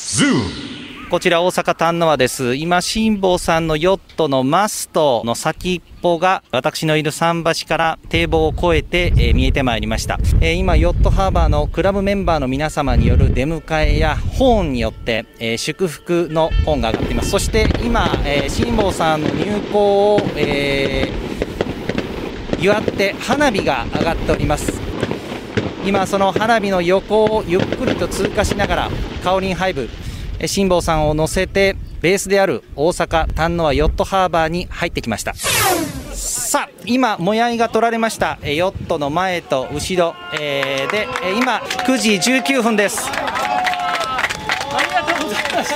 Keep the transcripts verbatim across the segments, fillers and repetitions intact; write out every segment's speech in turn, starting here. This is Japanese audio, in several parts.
こちら大阪丹野湾です。今辛坊さんのヨットのマストの先っぽが私のいる桟橋から堤防を越えて、えー、見えてまいりました。えー、今ヨットハーバーのクラブメンバーの皆様による出迎えやホーンによって、えー、祝福のホーンが上がっています。そして今、えー、辛坊さんの入港を、えー、祝って花火が上がっております。今その花火の横をゆっくりと通過しながらカオリンハイブ辛坊さんを乗せてベースである大阪丹野湾ヨットハーバーに入ってきました。さあ今もやいが取られましたヨットの前と後ろ、えー、で今くじじゅうきゅうふんです。 ありがとうございます。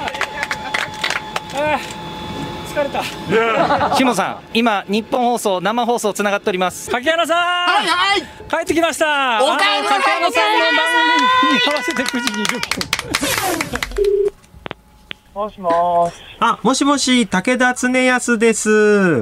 あ疲れた。 辛坊さん今日本放送生放送つながっております。 柿原さん、 はいはい、 帰ってきました。 おかえりなさい。 柿原さんの番組に合わせてくじにじゅっぷん。 もしもーし。 あ、もしもし、武田恒康です。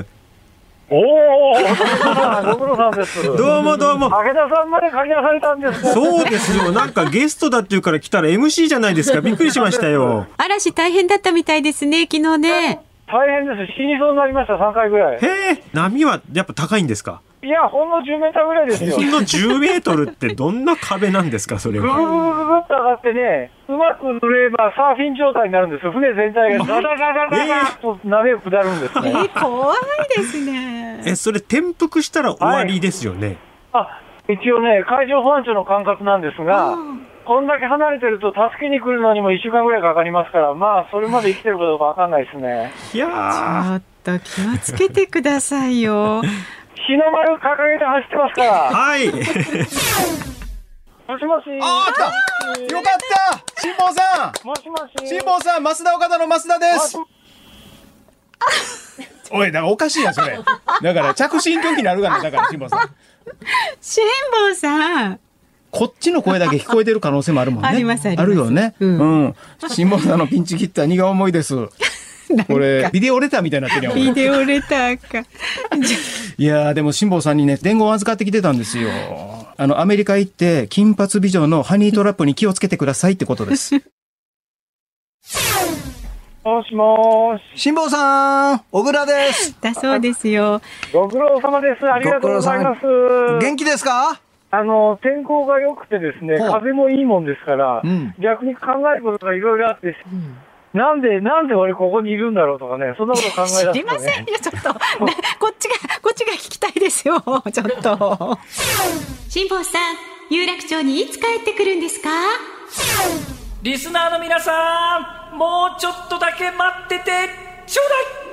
おー、ご苦労さんです。 どうもどうも。 武田さんまで書き出されたんですね。 そうですよ。なんかゲストだっていうから来たら エムシー じゃないですか。びっくりしましたよ。 嵐大変だったみたいですね、昨日ね。 大変です。死にそうになりました、さんかいぐらい。 へえ、波はやっぱ高いんですか？ いや、ほんのじゅうメーターぐらいですよ。 ほんのじゅうメートルってどんな壁なんですか、それぐるぐは。 るぐるぐるっと上がってね、うまく乗ればサーフィン状態になるんですよ。船全体がガタガタガタガタと波を下るんですね。 えー、怖いですね。 え、それ転覆したら終わりですよね。 はい、あ、一応ね、海上保安庁の感覚なんですが、こんだけ離れてると助けに来るのにもいっしゅうかんぐらいかかりますから、まあそれまで生きてるかどうかわかんないですね。 いやー、 ちょっと気をつけてくださいよ。 日の丸掲げて走ってますから。 はい。 もしもし。 あー、来た。よかった。辛坊さん。 もしもし。 辛坊さん、増田岡田の増田です。おい、だからおかしいやそれ。だから着信拒否になるがな、だから辛坊さん。 辛坊さん。 こっちの声だけ聞こえてる可能性もあるもんね。 ありますあります。 あるよね。うん。うん、辛坊さんのピンチ切った荷が重いです。これビデオレターみたいになってるよ。 ビデオレターか。 いやーでも辛坊さんにね伝言を預かってきてたんですよ。あのアメリカ行って金髪美女のハニートラップに気をつけてくださいってことです。 もしもーし。 辛坊さん、小倉です。 だそうですよ。 ご苦労様です。ありがとうございます。 元気ですか？ あの天候が良くてですね、風もいいもんですから、うん、逆に考えることがいろいろあって、うん、なんでなんで俺ここにいるんだろうとかね、そんなこと考え出すとね。 知りませんよ、ちょっと、ね、こっちがこっちが聞きたいですよ、ちょっと。辛坊さん、有楽町にいつ帰ってくるんですか？ リスナーの皆さん、もうちょっとだけ待っててちょうだい。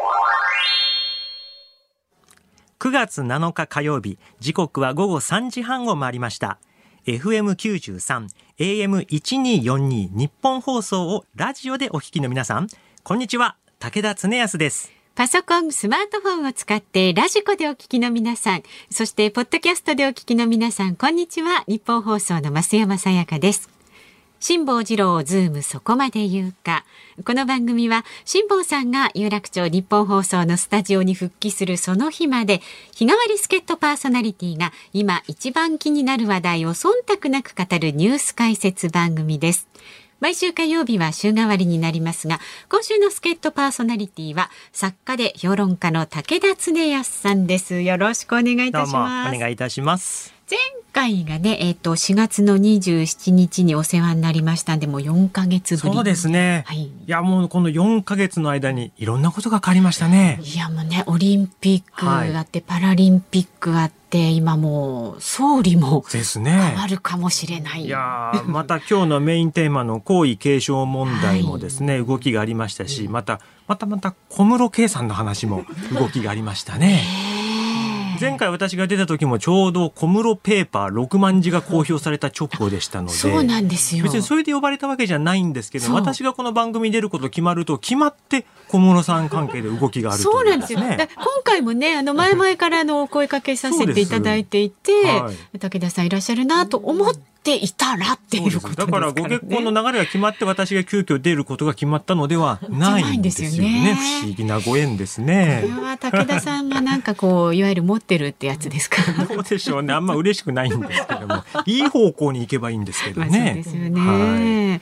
くがつなのか火曜日、時刻はごごさんじはんを回りました。 エフエムきゅうじゅうさん エーエムせんにひゃくよんじゅうに 日本放送をラジオでお聞きの皆さん、こんにちは。武田恒康です。 パソコン、スマートフォンを使ってラジコでお聞きの皆さん、そしてポッドキャストでお聞きの皆さん、こんにちは。日本放送の増山さやかです。辛坊治郎ズームそこまで言うか。この番組は辛坊さんが有楽町日本放送のスタジオに復帰するその日まで、日替わり助っ人パーソナリティが今一番気になる話題を忖度なく語るニュース解説番組です。毎週火曜日は週替わりになりますが、今週の助っ人パーソナリティは作家で評論家の武田恒康さんです。よろしくお願いいたします。 どうもお願いいたします。 前回がね、えー、としがつのにじゅうしちにちにお世話になりましたんで、もうよんかげつぶり。 そうですね、はい、いやもうこのよんかげつの間にいろんなことが変わりましたね。 いやもうね、オリンピックあって、はい、パラリンピックあって、今もう総理も変わるかもしれない。 いやまた今日のメインテーマの皇位継承問題もですね、はい、動きがありましたし、またまたまた小室圭さんの話も動きがありましたね。前回私が出た時もちょうど小室ペーパーろくまんじが公表された直後でしたので、 そうなんですよ。 別にそれで呼ばれたわけじゃないんですけど、私がこの番組に出ること決まると決まって小室さん関係で動きがあるという、ね、そうなんですよ。 今回もね、あの前々からのお声かけさせていただいていて、はい、武田さんいらっしゃるなと思っていたらっていうことですからね。 だからご結婚の流れが決まって私が急遽出ることが決まったのではないんですよ ね, よね不思議なご縁ですね。 これは武田さんがなんかこういわゆる持ってるってやつですか。 どうでしょうね、あんま嬉しくないんですけどもいい方向に行けばいいんですけどね。 まあ、そうですよね、はい、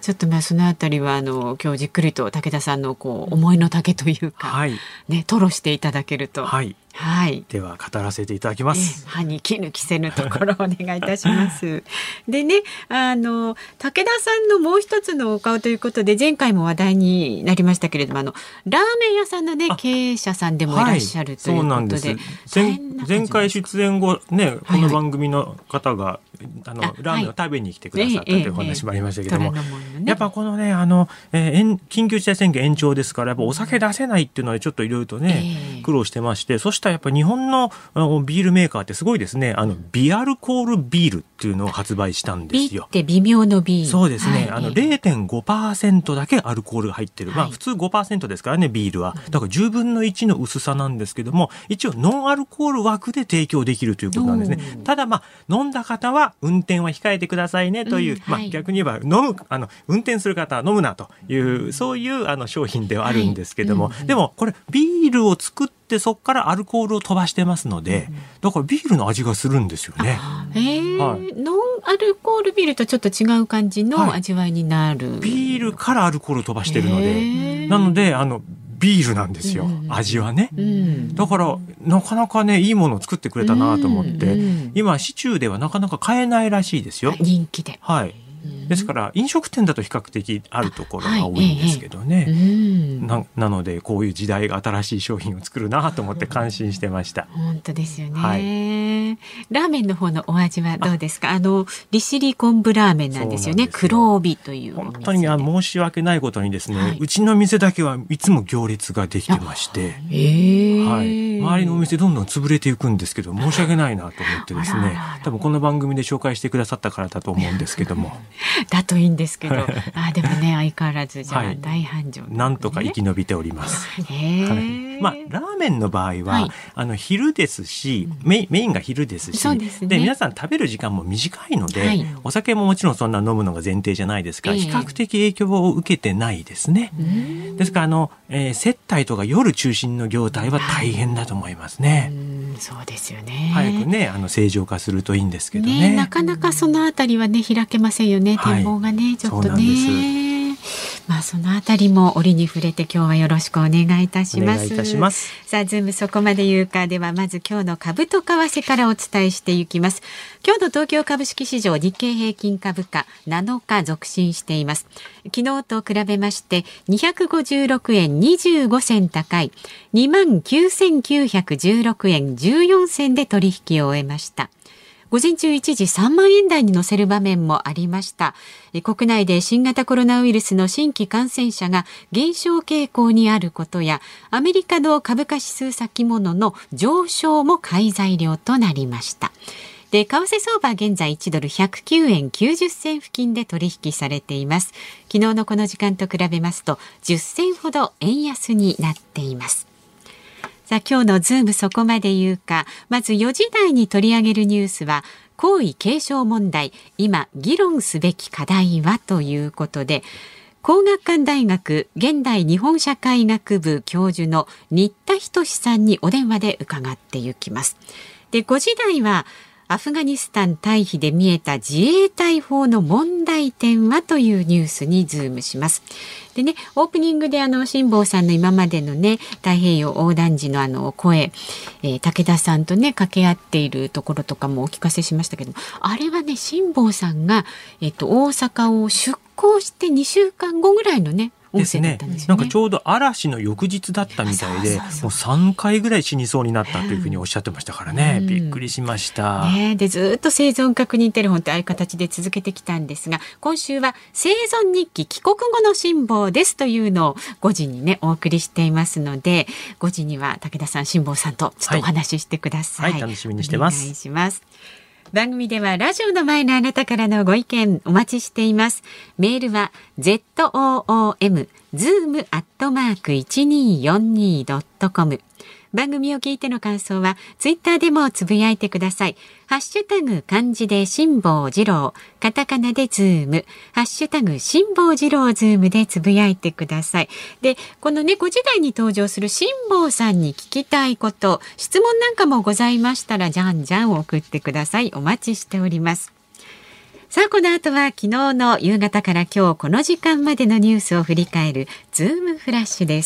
ちょっとまあそのあたりはあの今日じっくりと武田さんのこう思いの丈というか、はい、ね、吐露していただけると、 はい、 はい、 では語らせていただきます。 歯に衣着せぬところをお願いいたしますでね、あの武田さんのもう一つのお顔ということで前回も話題になりましたけれども、あのラーメン屋さんのね経営者さんでもいらっしゃるということで、はい、 前, 前回出演後ね、この番組の方が、はい、あのあラーメンを食べに来てくださったというお話もありましたけども、ええええね、やっぱこのねあの、えー、緊急事態宣言延長ですから、やっぱお酒出せないっていうのはちょっといろいろとね、えー、苦労してまして、そしたらやっぱ日本のビールメーカーってすごいですね、あのビアルコールビールっていうのを発売したんですよ。 ビって微妙のビール。 そうですね、はい、あの れいてんごパーセント だけアルコールが入ってる、はい、まあ普通 ごパーセント ですからねビールは、だからじゅうぶんのいちの薄さなんですけども、一応ノンアルコール枠で提供できるということなんですね。ただまあ飲んだ方は運転は控えてくださいねという、うん、まあ、逆に言えば飲むあの運転する方は飲むなというそういうあの商品ではあるんですけども、はい、うん、でもこれビールを作ってそこからアルコールを飛ばしてますので、だからビールの味がするんですよね。 えーはい、ノンアルコールビールとちょっと違う感じの味わいになる、はい、 ビールからアルコールを飛ばしてるので、えー、なのであのビールなんですよ、うん、味はね、うん、だからなかなかねいいものを作ってくれたなと思って、うん、今市中ではなかなか買えないらしいですよ、 人気で。 はい、ですから飲食店だと比較的あるところが多いんですけどね、はい、ええうん、な, なのでこういう時代が新しい商品を作るなと思って感心してました。 本当ですよね、はい、ラーメンの方のお味はどうですか？ あ, あの利尻昆布ラーメンなんですよね。黒帯というお店で、 本当に申し訳ないことにですね、はい、うちの店だけはいつも行列ができてまして、 えーはい、周りのお店どんどん潰れていくんですけど、申し訳ないなと思ってですね多分この番組で紹介してくださったからだと思うんですけどもだといいんですけどあでもね相変わらずじゃあ大繁盛、ね、 なんとか生き延びております。 へはい、まあ、ラーメンの場合は、はい、あの昼ですし、うん、メ, メインが昼ですし、 そうですね、 で皆さん食べる時間も短いので、はい、お酒ももちろんそんな飲むのが前提じゃないですから、えー、比較的影響を受けてないですね。ですからあの、えー、接待とか夜中心の業態は大変だと思いますね。 うん、そうですよね。 早くねあの正常化するといいんですけどね, ねなかなかそのあたりはね開けませんよね、展望がね、はい、ちょっとね。まあそのあたりも折に触れて今日はよろしくお願いいたします。 お願いいたします。 さあズームそこまで言うかではまず今日の株と為替からお伝えしていきます。今日の東京株式市場日経平均株価なのか続伸しています。昨日と比べましてにひゃくごじゅうろくえんにじゅうごせん高い にまんきゅうせんきゅうひゃくじゅうろくえんじゅうよんせんで取引を終えました。午前中一時さんまんえん台に乗せる場面もありました。国内で新型コロナウイルスの新規感染者が減少傾向にあることや、アメリカの株価指数先物の上昇も買い材料となりました。で、為替相場現在いちドルひゃくきゅうえんきゅうじゅっせん付近で取引されています。昨日のこの時間と比べますとじゅっせんほど円安になっています。さあ今日のズームそこまで言うか、まずよじ台に取り上げるニュースは皇位継承問題、今議論すべき課題はということで、皇學館大学現代日本社会学部教授の新田仁さんにお電話で伺っていきます。で、ごじ台はアフガニスタン退避で見えた自衛隊法の問題点はというニュースにズームします。でね、オープニングであの辛坊さんの今までのね太平洋横断時のあの声、えー、武田さんとね掛け合っているところとかもお聞かせしましたけども、あれはね辛坊さんが、えーと、大阪を出港してにしゅうかんごぐらいのねですね、なんかちょうど嵐の翌日だったみたいで、そうそうそう、もうさんかいぐらい死にそうになったというふうにおっしゃってましたからね、うん、びっくりしました、 ね、でずっと生存確認テレフォンとああいう形で続けてきたんですが、今週は生存日記帰国後の辛坊ですというのをごじにねお送りしていますので、ごじには武田さん辛坊さんとちょっとお話ししてください、 はいはい、楽しみにしてます。 お願いします。番組ではラジオの前のあなたからのご意見お待ちしています。メールは ズーム ズーム アットマーク いちにーよんにー ドットコム。番組を聞いての感想はツイッターでもつぶやいてください。ハッシュタグ漢字で辛坊治郎、カタカナでズーム、ハッシュタグ辛坊治郎ズームでつぶやいてください。で、このねごじ台に登場する辛坊さんに聞きたいこと、質問なんかもございましたらじゃんじゃん送ってください。お待ちしております。 さあこの後は昨日の夕方から今日この時間までのニュースを振り返るズームフラッシュです。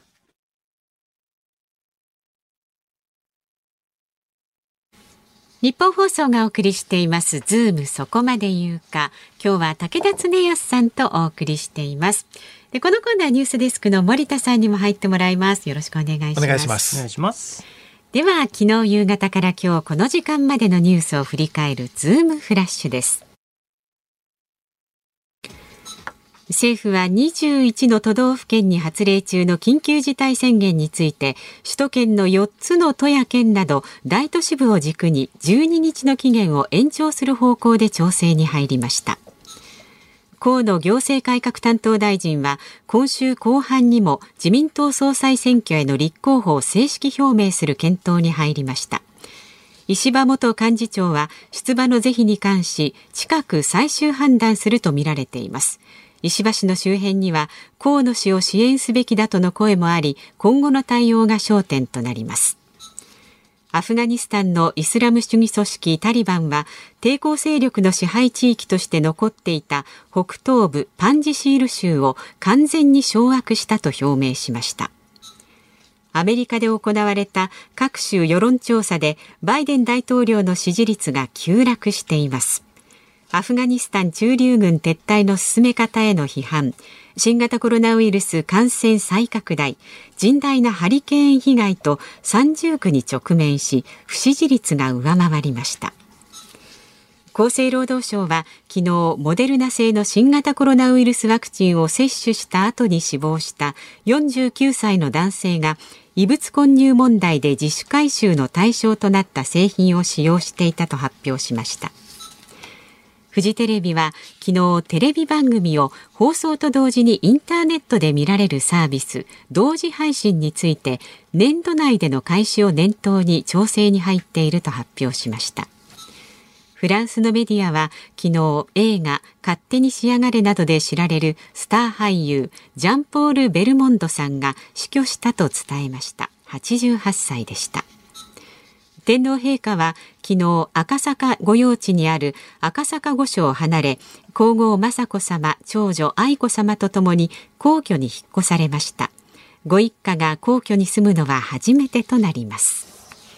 日本放送がお送りしていますズームそこまで言うか。今日は武田恒康さんとお送りしています。でこのコーナーニュースデスクの森田さんにも入ってもらいます。よろしくお願いします。 お願いします。 お願いします。 では昨日夕方から今日この時間までのニュースを振り返るズームフラッシュです。政府はにじゅういちの都道府県に発令中の緊急事態宣言について、首都圏のよっつの都や県など大都市部を軸にじゅうににちの期限を延長する方向で調整に入りました。河野行政改革担当大臣は今週後半にも自民党総裁選挙への立候補を正式表明する検討に入りました。石破元幹事長は出馬の是非に関し近く最終判断するとみられています。石破氏の周辺には河野氏を支援すべきだとの声もあり、今後の対応が焦点となります。アフガニスタンのイスラム主義組織タリバンは抵抗勢力の支配地域として残っていた北東部パンジシール州を完全に掌握したと表明しました。アメリカで行われた各州世論調査でバイデン大統領の支持率が急落しています。アフガニスタン駐留軍撤退の進め方への批判、新型コロナウイルス感染再拡大、甚大なハリケーン被害と三重苦に直面し、不支持率が上回りました。厚生労働省は昨日モデルナ製の新型コロナウイルスワクチンを接種した後に死亡したよんじゅうきゅうさいの男性が異物混入問題で自主回収の対象となった製品を使用していたと発表しました。フジテレビは昨日テレビ番組を放送と同時にインターネットで見られるサービス同時配信について年度内での開始を念頭に調整に入っていると発表しました。フランスのメディアは昨日映画勝手に仕上がれなどで知られるスター俳優ジャンポール・ベルモンドさんが死去したと伝えました。はちじゅうはっさいでした。天皇陛下は昨日赤坂御用地にある赤坂御所を離れ、皇后雅子さま、長女愛子さまとともに皇居に引っ越されました。ご一家が皇居に住むのは初めてとなります。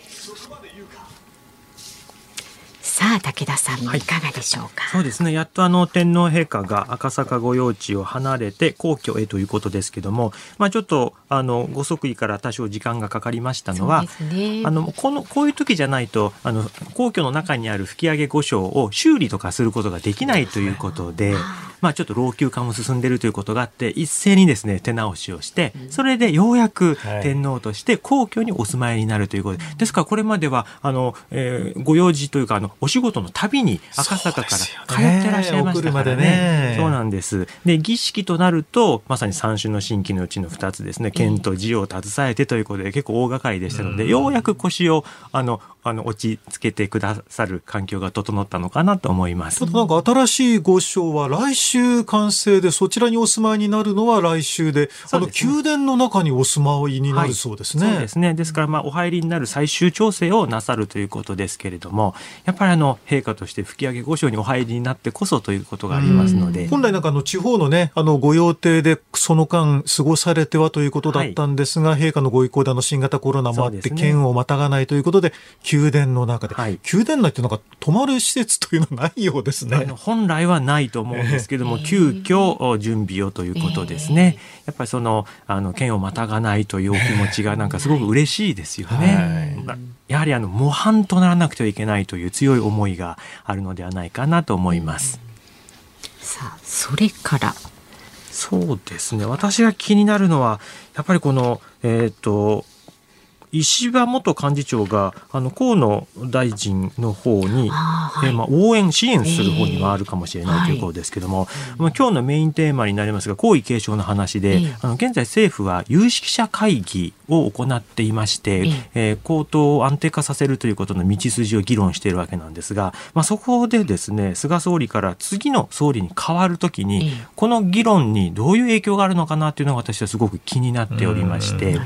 さあ武田さん、いかがでしょうか。 はい、そうですね、やっとあの天皇陛下が赤坂御用地を離れて皇居へということですけども、まあ、ちょっとあのご即位から多少時間がかかりましたのは、そうですね、あのこのこういう時じゃないとあの皇居の中にある吹上御所を修理とかすることができないということで、まあ、ちょっと老朽化も進んでいるということがあって一斉にですね手直しをして、それでようやく天皇として皇居にお住まいになるということで、はい、ですからこれまではあの、えー、ご用事というかあのお仕事のたびに赤坂から通ってらっしゃいましたから ね, ね, ねそうなんです。で儀式となるとまさに三種の神器のうちのふたつですね、剣と銃を携えてということで結構大掛かりでしたので、ようやく腰をあのあの落ち着けてくださる環境が整ったのかなと思います。 ただなんか新しい御所は来週完成で、そちらにお住まいになるのは来週 で, で、ね、あの宮殿の中にお住まいになるそうですね。 はい、そうですね。ですからまあお入りになる最終調整をなさるということですけれども、やっぱりあの陛下として吹上御所にお入りになってこそということがありますので、 本来なんかあの地方のねあのご用邸でその間過ごされてはということだったんですが、はい、陛下のご意向であの新型コロナもあって、ね、県をまたがないということで宮殿の中で、はい、宮殿内ってなんか泊まる施設というのはないようですね。 本来はないと思うんですけども、えー、急遽準備をということですね。えー、やっぱりそのあの県をまたがないというお気持ちがなんかすごく嬉しいですよね。はい、やはりあの模範とならなくてはいけないという強い思いがあるのではないかなと思います。 うん、さあそれからそうですね、私が気になるのはやっぱりこのえっと石破元幹事長があの河野大臣の方に、はい、えーまあ、応援支援する方に回るかもしれないということですけども、えーはい、今日のメインテーマになりますが皇位継承の話で、えー、あの現在政府は有識者会議を行っていまして、えーえー、皇統を安定化させるということの道筋を議論しているわけなんですが、まあ、そこでですね菅総理から次の総理に変わるときに、えー、この議論にどういう影響があるのかなというのが私はすごく気になっておりまして、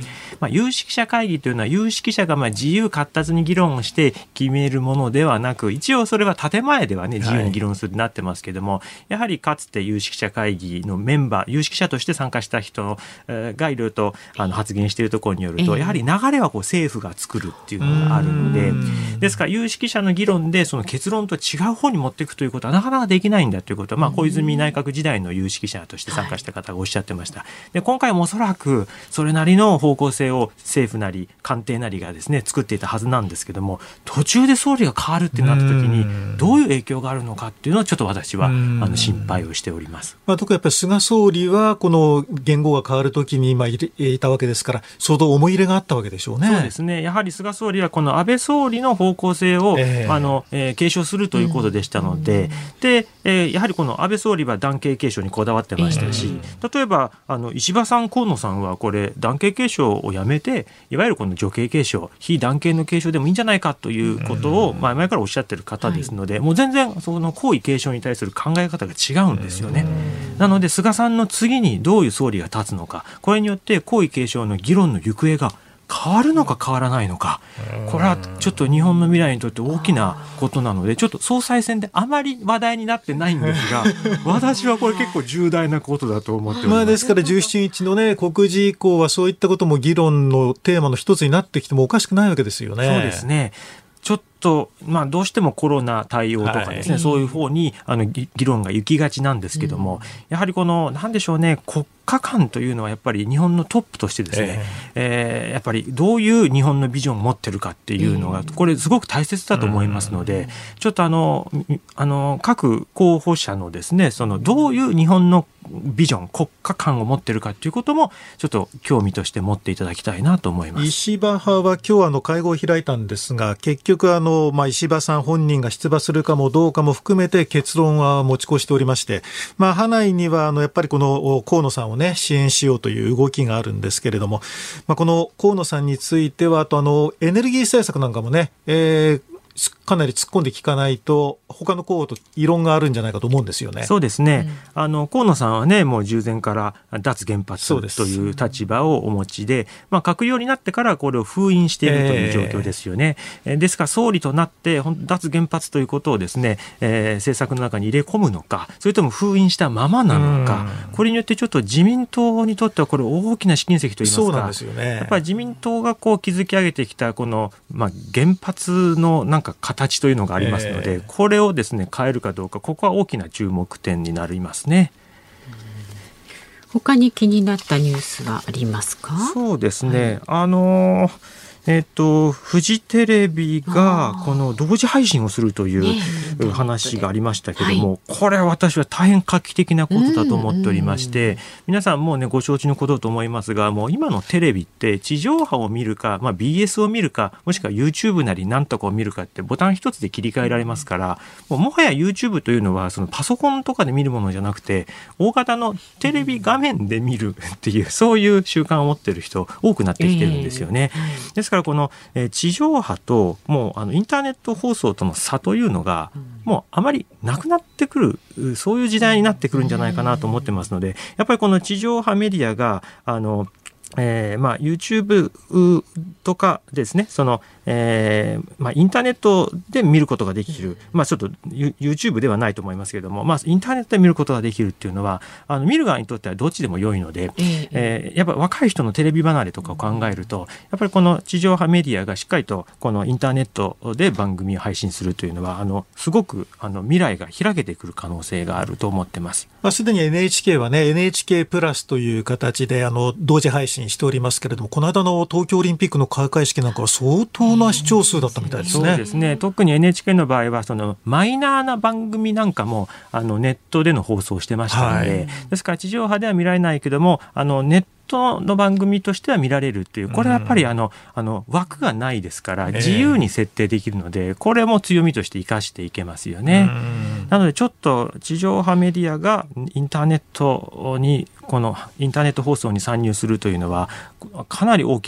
まあ、有識者会議というのは有識者がまあ自由闊達に議論をして決めるものではなく、一応それは建前ではね自由に議論するようになってますけども、はい、やはりかつて有識者会議のメンバー、有識者として参加した人がいろいろとあの発言しているところによると、やはり流れはこう政府が作るっていうのがあるので、ですから有識者の議論でその結論と違う方に持っていくということはなかなかできないんだということは、まあ、小泉内閣時代の有識者として参加した方がおっしゃってました。で、今回もおそらくそれなりの方向性を政府なり官邸なりがですね作っていたはずなんですけども、途中で総理が変わるってなった時にどういう影響があるのかっていうのはちょっと私はあの心配をしております。 まあ、特にやっぱり菅総理はこの言語が変わる時に今いたわけですから、相当思い入れがあったわけでしょうね。 そうですね。やはり菅総理はこの安倍総理の方向性を、えーあのえー、継承するということでしたので、で、えー、やはりこの安倍総理は男系継承にこだわってましたし、例えばあの石破さん、河野さんはこれ男系継承をやめて、いわゆるこの女系継承、非男系の継承でもいいんじゃないかということを前々からおっしゃっている方ですので、もう全然その皇位継承に対する考え方が違うんですよね。なので菅さんの次にどういう総理が立つのか、これによって皇位継承の議論の行方が変わるのか変わらないのか、これはちょっと日本の未来にとって大きなことなので、ちょっと総裁選であまり話題になってないんですが私はこれ結構重大なことだと思っております。 まあ、ですからじゅうしちにちの、ね、告示以降はそういったことも議論のテーマの一つになってきてもおかしくないわけですよね。 そうですね。ちょっと、まあ、どうしてもコロナ対応とかですね、はい、そういう方にあの議論が行きがちなんですけども、うん、やはりこのなんでしょうね、国家間というのはやっぱり日本のトップとしてですね、えーえー、やっぱりどういう日本のビジョンを持ってるかっていうのがこれすごく大切だと思いますので、ちょっとあのあの各候補者のですね、そのどういう日本のビジョン、国家観を持っているかということもちょっと興味として持っていただきたいなと思います。 石破派は今日あの会合を開いたんですが、結局あの、まあ、石破さん本人が出馬するかもどうかも含めて結論は持ち越しておりまして、まあ、派内にはあのやっぱりこの河野さんを、ね、支援しようという動きがあるんですけれども、まあ、この河野さんについてはあとあのエネルギー政策なんかもね、えーかなり突っ込んで聞かないと他の候補と異論があるんじゃないかと思うんですよね。 そうですね、うん、あの河野さんはねもう従前から脱原発という立場をお持ちで、まあ、閣僚になってからこれを封印しているという状況ですよね、えー、ですから総理となって脱原発ということをですね、えー、政策の中に入れ込むのか、それとも封印したままなのか、これによってちょっと自民党にとってはこれ大きな試金石といいますか、 そうなんですよね、 やっぱり自民党がこう築き上げてきたこの、まあ、原発のなんか形というのがありますので、えー、これをですね変えるかどうか、ここは大きな注目点になりますね。 他に気になったニュースはありますか？ そうですね、はい、あのーえっと、フジテレビがこの同時配信をするという話がありましたけども、これは私は大変画期的なことだと思っておりまして、皆さんもうねご承知のことだと思いますが、もう今のテレビって地上波を見るか、まあ、ビーエス を見るか、もしくは YouTube なり何とかを見るかってボタン一つで切り替えられますから、もうもはや YouTube というのはそのパソコンとかで見るものじゃなくて大型のテレビ画面で見るっていう、そういう習慣を持っている人多くなってきてるんですよね。ですからこの、えー、地上波ともうあのインターネット放送との差というのがもうあまりなくなってくる、そういう時代になってくるんじゃないかなと思ってますので、やっぱりこの地上波メディアがあのえーまあ、YouTube とかですね、その、えーまあ、インターネットで見ることができる、まあ、ちょっと YouTube ではないと思いますけれども、まあ、インターネットで見ることができるっていうのはあの見る側にとってはどっちでも良いので、えーえー、やっぱり若い人のテレビ離れとかを考えると、やっぱりこの地上波メディアがしっかりとこのインターネットで番組を配信するというのはあのすごくあの未来が開けてくる可能性があると思ってます。 まあ、すでに エヌエイチケー はね エヌエイチケー プラスという形であの同時配信しておりますけれども、この間の東京オリンピックの開会式なんかは相当な視聴数だったみたいですね。 そうですね、特に エヌエイチケー の場合はそのマイナーな番組なんかもあのネットでの放送してましたので、はい、ですから地上波では見られないけどもあのネットの番組としては見られるっていう、これはやっぱりあの、あの枠がないですから自由に設定できるので、これも強みとして生かしていけますよね。なのでちょっと地上波メディアがインターネットにこのインターネット放送に参入するというのはかなり大きな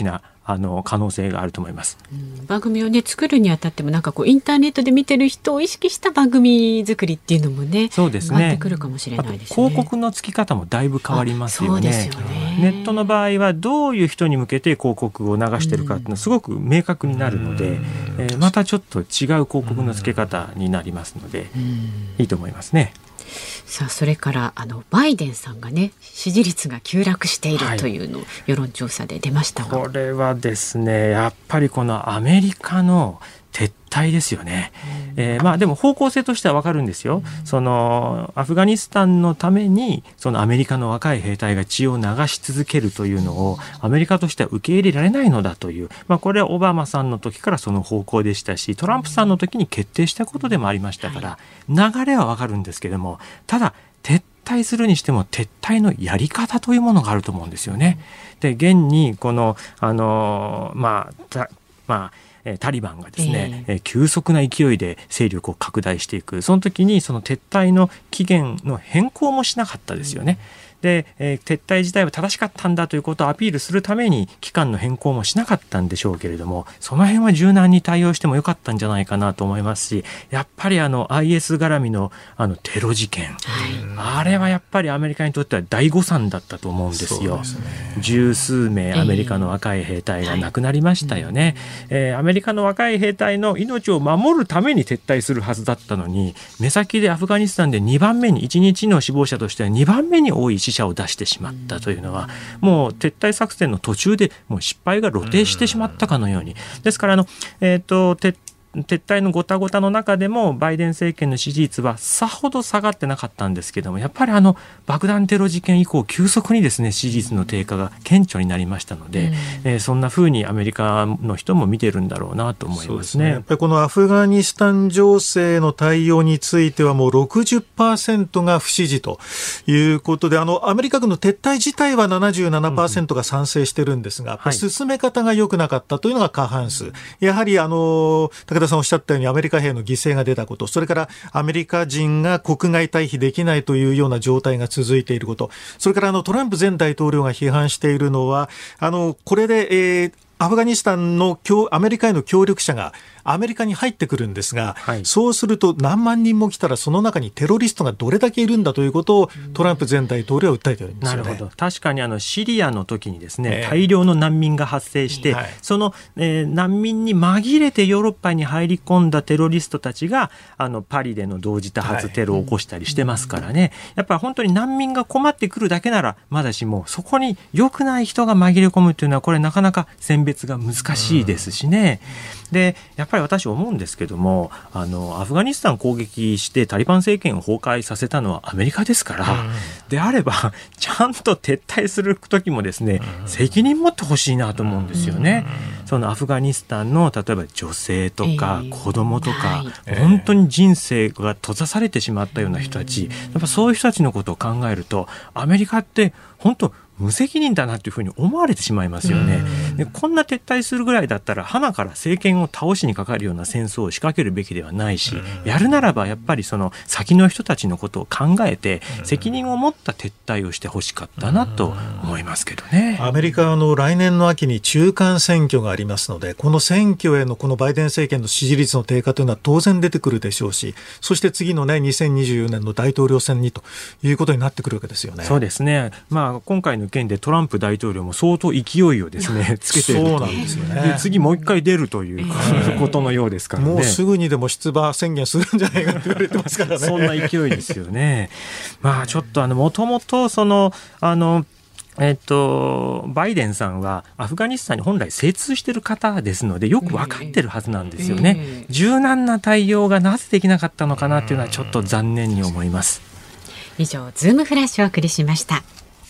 あの可能性があると思います。 うん、番組をね作るにあたってもなんかこうインターネットで見てる人を意識した番組作りっていうのもね、 そうですね、 変わってくるかもしれないですね。 あと広告のつき方もだいぶ変わりますよね。 そうですよね。 ネットの場合はどういう人に向けて広告を流してるかっていうのはすごく明確になるので、えー、またちょっと違う広告のつけ方になりますのでいいと思いますね。 さあそれからあのバイデンさんがね支持率が急落しているというの、はい、世論調査で出ましたが、 これはですねやっぱりこのアメリカの撤退ですよね。えー、まあでも方向性としては分かるんですよ。そのアフガニスタンのためにそのアメリカの若い兵隊が血を流し続けるというのをアメリカとしては受け入れられないのだという、まあ、これはオバマさんの時からその方向でしたし、トランプさんの時に決定したことでもありましたから、流れは分かるんですけども、ただ撤退するにしても撤退のやり方というものがあると思うんですよね。で現にこのあのまあたまあタリバンがですね、えー、急速な勢いで勢力を拡大していく。その時にその撤退の期限の変更もしなかったですよね。で、えー、撤退自体は正しかったんだということをアピールするために期間の変更もしなかったんでしょうけれども、その辺は柔軟に対応してもよかったんじゃないかなと思いますし、やっぱりあの アイエス 絡みのあのテロ事件、はい、あれはやっぱりアメリカにとっては大誤算だったと思うんですよ。すね、十数名アメリカの若い兵隊が亡くなりましたよね。えーえー、アメリカの若い兵隊の命を守るために撤退するはずだったのに、目先でアフガニスタンでにばんめにいちにちの死亡者としてはにばんめに多い死者を出してしまったというのは、もう撤退作戦の途中でもう失敗が露呈してしまったかのように、ですからあの、えーと、撤撤退のごたごたの中でもバイデン政権の支持率はさほど下がってなかったんですけども、やっぱりあの爆弾テロ事件以降急速にですね支持率の低下が顕著になりましたので、うんえー、そんな風にアメリカの人も見てるんだろうなと思いますね。そうですね。 やっぱりこのアフガニスタン情勢の対応についてはもう ろくじゅっパーセント が不支持ということで、あのアメリカ軍の撤退自体は ななじゅうななパーセント が賛成してるんですが、うん、進め方が良くなかったというのが過半数、はい、やはりあの武田さんおっしゃったようにアメリカ兵の犠牲が出たこと、それからアメリカ人が国外退避できないというような状態が続いていること、それからあのトランプ前大統領が批判しているのは、あのこれで、えー、アフガニスタンのアメリカへの協力者がアメリカに入ってくるんですが、はい、そうすると何万人も来たらその中にテロリストがどれだけいるんだということをトランプ前大統領は訴えているんですよね。 なるほど。確かにあのシリアの時にですね、えー、大量の難民が発生して、はい、その、えー、難民に紛れてヨーロッパに入り込んだテロリストたちがあのパリでの同時多発テロを起こしたりしてますからね、はい、やっぱり本当に難民が困ってくるだけならまだしも、そこに良くない人が紛れ込むというのはこれなかなか選別が難しいですしね。でやっぱり私思うんですけども、あのアフガニスタン攻撃してタリバン政権を崩壊させたのはアメリカですから、うん、であればちゃんと撤退する時もですね、うん、責任持ってほしいなと思うんですよね。うん、そのアフガニスタンの例えば女性とか子供とか、えー、本当に人生が閉ざされてしまったような人たち、やっぱそういう人たちのことを考えるとアメリカって本当無責任だなというふうに思われてしまいますよね。でこんな撤退するぐらいだったら花から政権を倒しにかかるような戦争を仕掛けるべきではないし、やるならばやっぱりその先の人たちのことを考えて責任を持った撤退をしてほしかったなと思いますけどね。 アメリカの来年の秋に中間選挙がありますので、この選挙へのこのバイデン政権の支持率の低下というのは当然出てくるでしょうし、そして次のねにせんにじゅうよねんの大統領選にということになってくるわけですよね。 そうですね。まあ今回の件でトランプ大統領も相当勢いをですねつけていると。 そうなんですよね。 で次もう一回出るということのようですからね。 もうすぐにでも出馬宣言するんじゃないかと言われてますからね。 そんな勢いですよね。まあちょっとあのもともとそのあのえっと、バイデンさんはアフガニスタンに本来精通している方ですのでよく分かってるはずなんですよね。えー、柔軟な対応がなぜできなかったのかなというのはちょっと残念に思います。 以上ズームフラッシュをお送りしました。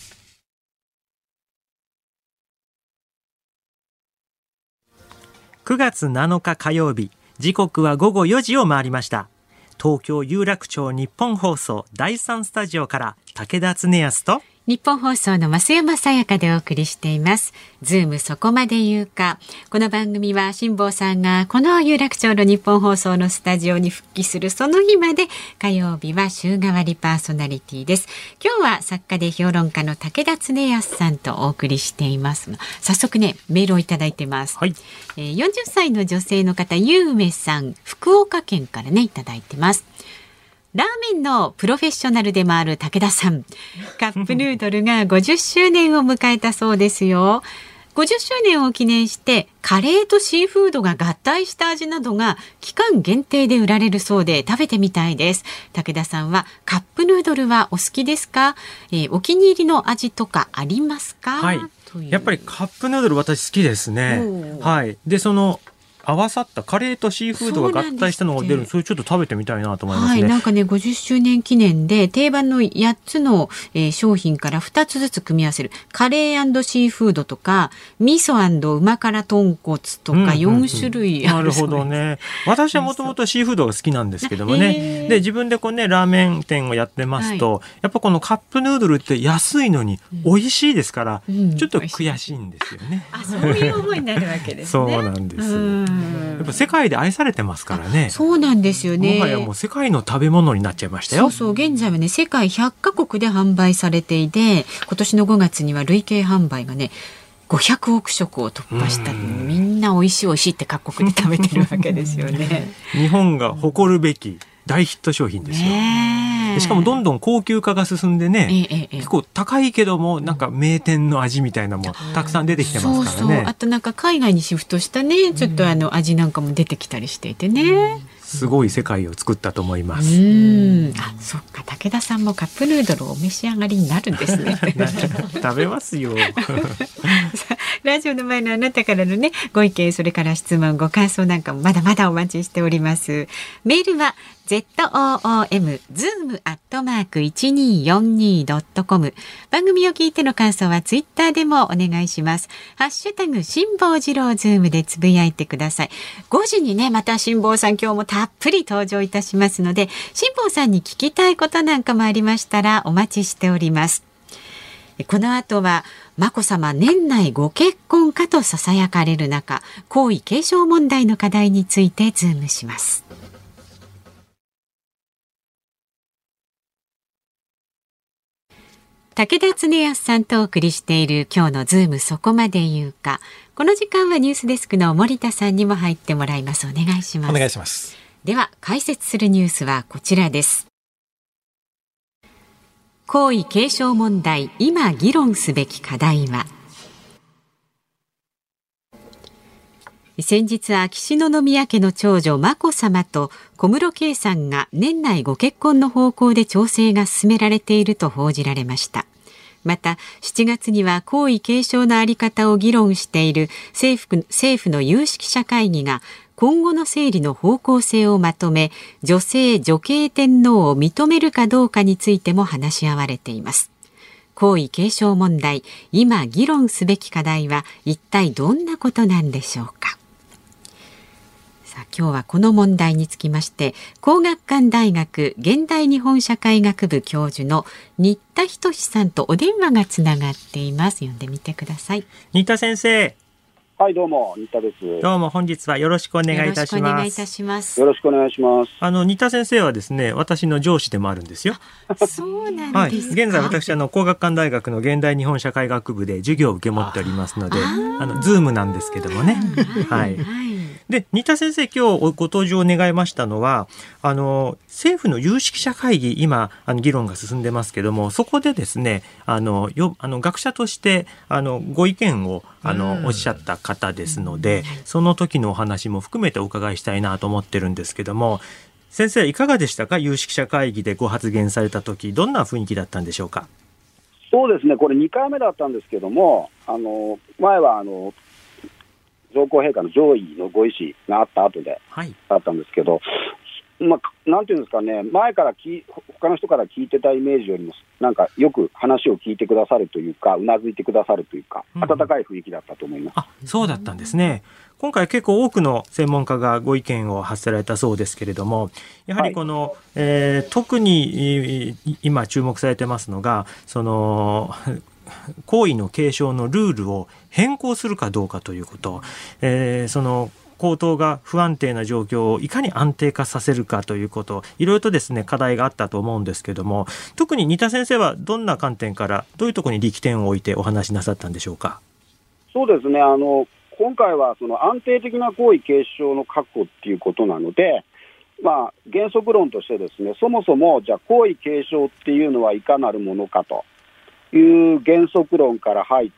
くがつなのか火曜日、時刻はごごよじを回りました。東京有楽町日本放送だいさんスタジオから武田恒康と日本放送の増山さやかでお送りしています。ズームそこまで言うか。この番組は辛坊さんがこの有楽町の日本放送のスタジオに復帰するその日まで、火曜日は週替わりパーソナリティです。今日は作家で評論家の武田恒康さんとお送りしていますが、早速ねメールをいただいています。はい、えー、よんじゅっさいの女性の方、ゆうめさん、福岡県からねいただいてます。ラーメンのプロフェッショナルでもある武田さん、カップヌードルがごじゅっしゅうねんを迎えたそうですよ。ごじゅっしゅうねんを記念してカレーとシーフードが合体した味などが期間限定で売られるそうで食べてみたいです。武田さんはカップヌードルはお好きですか？えー、お気に入りの味とかありますか？ はい、やっぱりカップヌードル私好きですね。はい。でその合わさったカレーとシーフードが合体したのが出る、それちょっと食べてみたいなと思いますね。 はい、なんかねごじゅっしゅうねん記念で定番のやっつの、えー、商品からふたつずつ組み合わせるカレー&シーフードとか味噌&旨辛豚骨とかよんしゅるいあるそうです。 なるほどね。私はもともとシーフードが好きなんですけどもね、で自分でこうねラーメン店をやってますと、はい、やっぱこのカップヌードルって安いのに美味しいですから、うん、ちょっと悔しいんですよね。 あ、そういう思いになるわけですね。 そうなんです。やっぱ世界で愛されてますからね。 そうなんですよね。 もはやもう世界の食べ物になっちゃいましたよ。 そうそう、現在はね世界ひゃっかこくで販売されていて、今年のごがつには累計販売がねごひゃくおくしょくを突破した。みんな美味しい美味しいって各国で食べてるわけですよね。 日本が誇るべき大ヒット商品ですよ。ね、しかもどんどん高級化が進んでね、えええ、結構高いけどもなんか名店の味みたいなのもたくさん出てきてますからね。 そうそう、あとなんか海外にシフトしたねちょっとあの味なんかも出てきたりしていてね、うん、 すごい世界を作ったと思います。 うん、あ、そっか、武田さんもカップヌードルをお召し上がりになるんですね。 食べますよ。 ラジオの前のあなたからのねご意見、それから質問ご感想なんかもまだまだお待ちしております。メールは ズーム ズーム アットマーク いちにーよんにー ドットコム、 番組を聞いての感想はツイッターでもお願いします。ハッシュタグ辛坊治郎ズームでつぶやいてください。ごじにねまた辛坊さん今日もたっぷり登場いたしますので、辛坊さんに聞きたいことなんかもありましたらお待ちしております。この後は眞子さま年内ご結婚かとささやかれる中、皇位継承問題の課題についてズームします。武田恒康さんとお送りしている今日のズームそこまで言うか。この時間はニュースデスクの森田さんにも入ってもらいます。お願いします。 お願いします。 では解説するニュースはこちらです。皇位継承問題、今議論すべき課題は。先日、秋篠宮家の長女眞子さまと小室圭さんが年内ご結婚の方向で調整が進められていると報じられました。またしちがつには皇位継承のあり方を議論している政府、政府の有識者会議が今後の整理の方向性をまとめ、女性女系天皇を認めるかどうかについても話し合われています。皇位継承問題、今議論すべき課題は一体どんなことなんでしょうか。さあ、今日はこの問題につきまして皇學館大学現代日本社会学部教授の新田仁さんとお電話がつながっています。読んでみてください。 新田先生。 はい、どうも新田です。 どうも本日はよろしくお願いいたします。 よろしくお願いいたします。 よろしくお願いします。 あの新田先生はですね、私の上司でもあるんですよ。 そうなんですか。 はい、現在私あの工学館大学の現代日本社会学部で授業を受け持っておりますので、ああのズームなんですけどもね。はい。はい、で新田先生、今日ご登場願いましたのは、あの政府の有識者会議、今あの議論が進んでますけども、そこでですね、あのよあの学者としてあのご意見をあのおっしゃった方ですので、その時のお話も含めてお伺いしたいなと思ってるんですけども、先生いかがでしたか？有識者会議でご発言された時、どんな雰囲気だったんでしょうか？ そうですね、これにかいめだったんですけども、あの前はあの上皇陛下の上位のご意思があった後で、はい、だったんですけど、 まあ、なんていうんですかね、前からき他の人から聞いてたイメージよりも、なんかよく話を聞いてくださるというか、うなずいてくださるというか、温かい雰囲気だったと思います。 あ、そうだったんですね。今回結構多くの専門家がご意見を発せられたそうですけれども、やはりこの、はい、えー、特に今注目されてますのが、その行為の継承のルールを変更するかどうかということ、えー、その高騰が不安定な状況をいかに安定化させるかということ、いろいろとですね課題があったと思うんですけども、特に新田先生はどんな観点からどういうところに力点を置いてお話しなさったんでしょうか。 そうですね、あの今回はその安定的な皇位継承の確保っていうことなので、まあ、原則論としてですね、そもそもじゃあ皇位継承っていうのはいかなるものかという原則論から入って、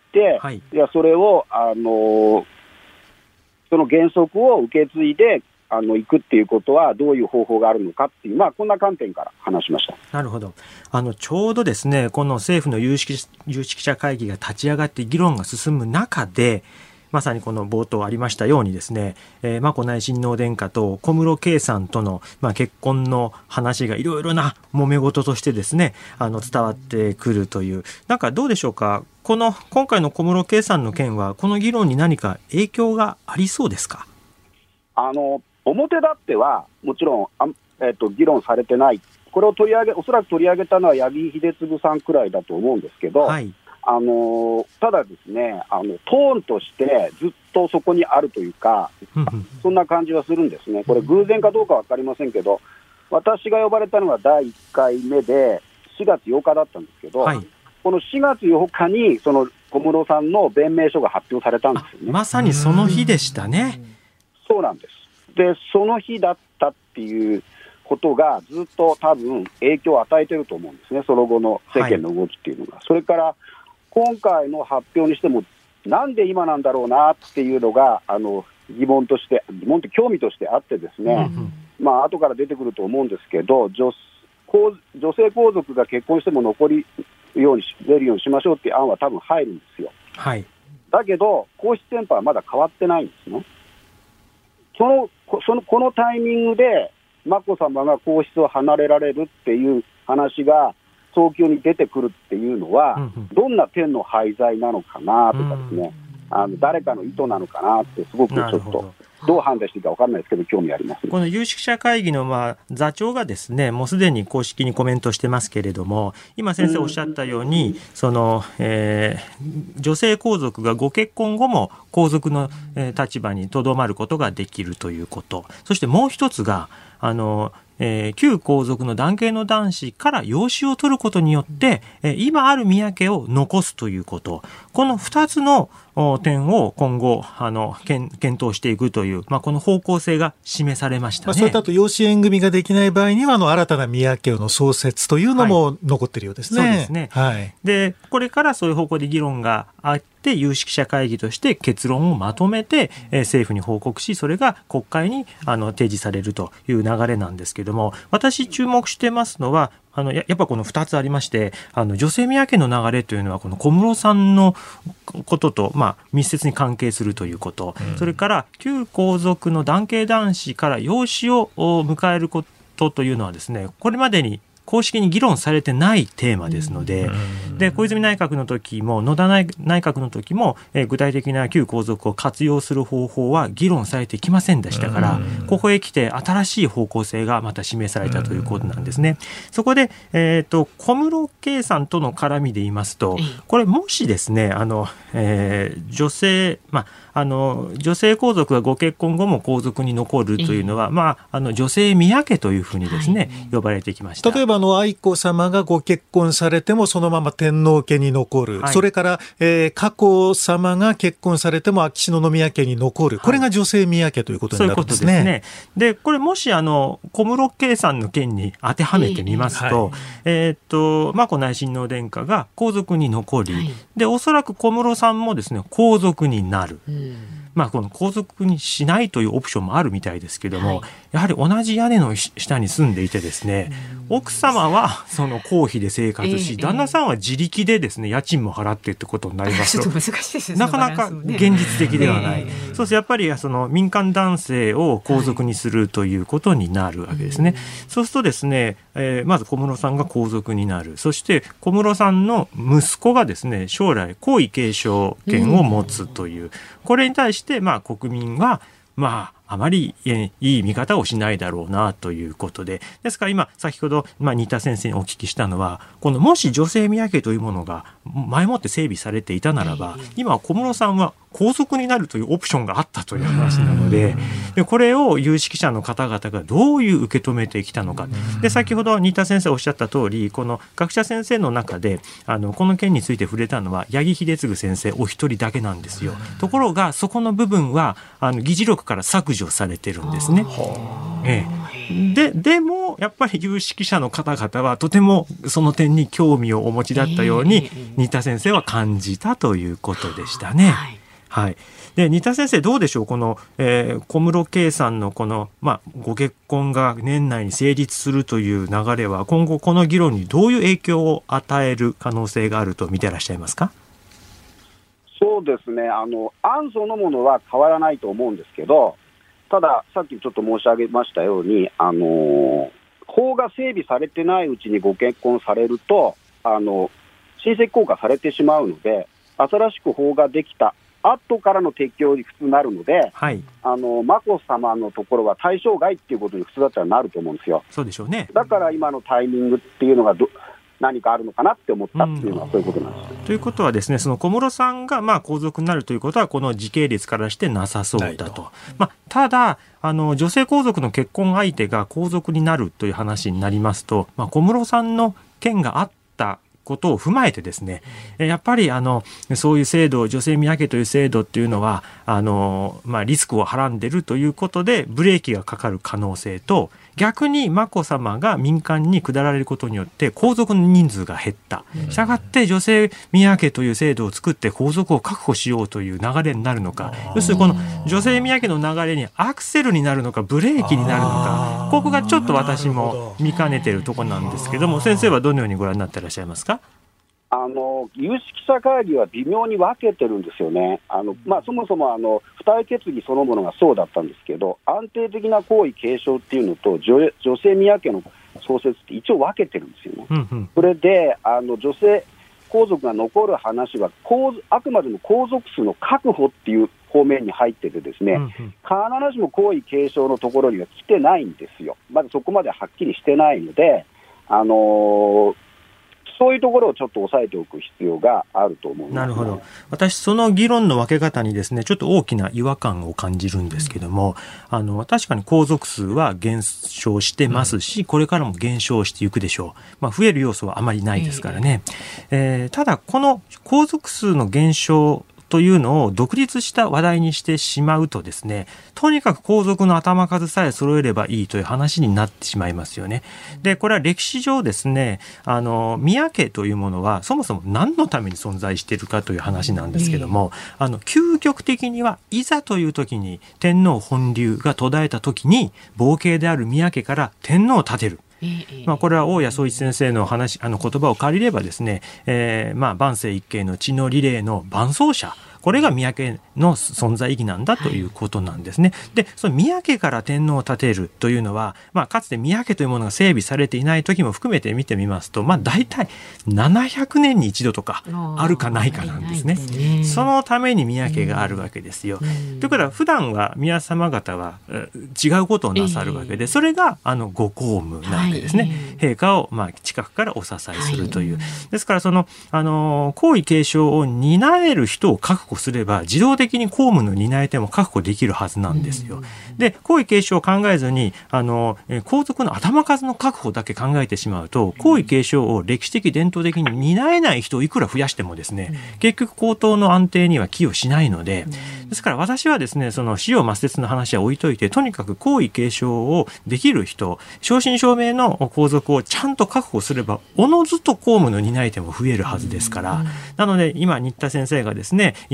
はい、いやそれをあのその原則を受け継いであの行くっていうことはどういう方法があるのかっていう、まあ、こんな観点から話しました。 なるほど。あのちょうどですね、この政府の有識有識者会議が立ち上がって議論が進む中で、まさにこの冒頭ありましたようにですね、えー、眞子内親王殿下と小室圭さんとの、まあ、結婚の話がいろいろな揉め事としてですね、あの伝わってくるという、なんかどうでしょうか、この今回の小室圭さんの件はこの議論に何か影響がありそうですか。 あの表立ってはもちろんあ、えー、と議論されてない、これを取り上げおそらく取り上げたのは八木秀次さんくらいだと思うんですけど、はい、あのただですね、あのトーンとしてずっとそこにあるというかそんな感じはするんですね。これ偶然かどうか分かりませんけど、私が呼ばれたのはだいいっかいめでしがつようかだったんですけど、はい、このしがつようかにその小室さんの弁明書が発表されたんですよね。 まさにその日でしたね。 そうなんです。でその日だったっていうことがずっと多分影響を与えてると思うんですね、その後の世間の動きっていうのが、はい、それから今回の発表にしてもなんで今なんだろうなっていうのがあの疑問として疑問って興味としてあってですね、うんうん、まあ後から出てくると思うんですけど、 女, 女性皇族が結婚しても残りように出るようにしましょうっていう案は多分入るんですよ、はい、だけど皇室典範はまだ変わってないんですね。そのそのこのタイミングで眞子さまが皇室を離れられるっていう話が早急に出てくるっていうのは、うんうん、どんな点の廃材なのかなとかですね、うん、あの誰かの意図なのかなってすごくちょっとどう判断していいか分からないですけど興味あります、ね、 この有識者会議の、まあ、座長がですねもうすでに公式にコメントしてますけれども、今先生おっしゃったように、うん、そのえー、女性皇族がご結婚後も皇族の、えー、立場にとどまることができるということ、そしてもう一つがあのえー、旧皇族の男系の男子から養子を取ることによって、えー、今ある宮家を残すということ、このふたつの点を今後あの検討していくという、まあ、この方向性が示されましたね。まあ、 それとあと養子縁組ができない場合にはあの新たな宮家の創設というのも残っているようですね。 はい、そうですね、はい、でこれからそういう方向で議論があって有識者会議として結論をまとめて、えー、政府に報告し、それが国会にあの提示されるという流れなんですけども、私注目してますのはあの や, やっぱこのふたつありまして、あの女性宮家の流れというのはこの小室さんのことと、まあ、密接に関係するということ、うん、それから旧皇族の男系男子から養子を迎えることというのはですね、これまでに公式に議論されてないテーマですので、うん、で小泉内閣の時も野田 内, 内閣の時も、えー、具体的な旧皇族を活用する方法は議論されてきませんでしたから、うん、ここへ来て新しい方向性がまた示されたということなんですね。そこで、えー、と小室圭さんとの絡みで言いますと、これもしですねあの、えー、女性、まあ、あの女性皇族がご結婚後も皇族に残るというのは、まあ、あの女性宮家というふうにですね、はい、呼ばれてきました。 例えばあの愛子さまがご結婚されてもそのまま天皇家に残る、はい、それから、えー、佳子さまが結婚されても秋篠宮家に残る、これが女性宮家ということになるんですね。 そういうことですね。でこれもしあの小室圭さんの件に当てはめてみますと、はい、えー、っと眞子内親王殿下が皇族に残り、はい、でおそらく小室さんもですね皇族になる、うん、 まあ、この皇族にしないというオプションもあるみたいですけども、はい、やはり同じ屋根の下に住んでいてですね、奥様はその公費で生活し、えー、旦那さんは自力でですね家賃も払ってってことになりますと、 ちょっと難しいですね、 なかなか現実的ではない、えー、そうするとやっぱりその民間男性を皇族にするということになるわけですね、はい、そうするとですね、えー、まず小室さんが皇族になる。そして小室さんの息子がですね将来皇位継承権を持つという、うん、これに対してまあ国民はまああまりいい見方をしないだろうなということで、ですから今先ほど、まあ、新田先生にお聞きしたのは、このもし女性宮家というものが前もって整備されていたならば、今小室さんは皇族になるというオプションがあったという話なので、でこれを有識者の方々がどういう受け止めてきたのか。で先ほど新田先生おっしゃった通り、この学者先生の中であのこの件について触れたのは八木秀次先生お一人だけなんですよ。ところがそこの部分はあの議事録から削除されてるんですね。ええ、で, でもやっぱり有識者の方々はとてもその点に興味をお持ちだったように新田先生は感じたということでしたね。はいはい、で新田先生どうでしょう、この、えー、小室圭さんのこの、まあ、ご結婚が年内に成立するという流れは今後この議論にどういう影響を与える可能性があると見ていらっしゃいますか？ そうですね、あの案そのものは変わらないと思うんですけど、たださっきちょっと申し上げましたように、あの法が整備されてないうちにご結婚されるとあの親戚降下されてしまうので、新しく法ができた後からの適用に普通なるので、はい、あの眞子さまのところは対象外っていうことに普通だったらなると思うんですよ。 そうでしょうね。 だから今のタイミングっていうのがど何かあるのかなって思ったっていうのはそういうことなんです、 うん、ということはですね、その小室さんがまあ皇族になるということはこの時系列からしてなさそうだと、まあ、ただあの女性皇族の結婚相手が皇族になるという話になりますと、まあ、小室さんの件があったことを踏まえてですね、やっぱりあのそういう制度、女性宮家という制度っていうのはあの、まあ、リスクをはらんでるということでブレーキがかかる可能性と、逆に眞子さまが民間に下られることによって皇族の人数が減った。したがって女性宮家という制度を作って皇族を確保しようという流れになるのか、要するにこの女性宮家の流れにアクセルになるのかブレーキになるのか、ここがちょっと私も見かねてるところなんですけども、先生はどのようにご覧になっていらっしゃいますか？ あの有識者会議は微妙に分けてるんですよね。あの、まあ、そもそもあの付帯決議そのものがそうだったんですけど、安定的な皇位継承っていうのと 女, 女性宮家の創設って一応分けてるんですよね、うんうん、それであの女性皇族が残る話は皇あくまでも皇族数の確保っていう方面に入っててですね、うんうん、必ずしも皇位継承のところには来てないんですよ。まだそこまではっきりしてないので、あのーそういうところをちょっと押さえておく必要があると思います、ね。なるほど。 私その議論の分け方にですねちょっと大きな違和感を感じるんですけども、あの確かに皇族数は減少してますし、これからも減少していくでしょう。まあ、増える要素はあまりないですからね、えー、ただこの皇族数の減少というのを独立した話題にしてしまうとですね、とにかく皇族の頭数さえ揃えればいいという話になってしまいますよね。でこれは歴史上ですね、あの宮家というものはそもそも何のために存在しているかという話なんですけども、あの究極的にはいざという時に天皇本流が途絶えた時に傍系である宮家から天皇を立てる。まあ、これは大谷宗一先生の話あの言葉を借りればですね、えー、まあ万世一系の血のリレーの伴走者、これが宮家の存在意義なんだということなんですね。でその宮家から天皇を立てるというのは、まあ、かつて宮家というものが整備されていない時も含めて見てみますと、まあ、大体ななひゃくねんに一度とかあるかないかなんですね。ねそのために宮家があるわけですよ。ということは普段は宮様方は違うことをなさるわけで、それがあのご公務なわけですね。陛下をまあ近くからお支えするという、ですからそのあの皇位継承を担える人を確保すれば自動的に公務の担い手も確保できるはずなんですよ。で皇位継承を考えずにあの皇族の頭数の確保だけ考えてしまうと、皇位継承を歴史的伝統的に担えない人をいくら増やしてもですね、結局皇統の安定には寄与しないので、ですから私はですね、その使用抹殺の話は置いといて、とにかく皇位継承をできる人、正真正銘の皇族をちゃんと確保すればおのずと公務の担い手も増えるはずですから、なので今新田先生がですね、今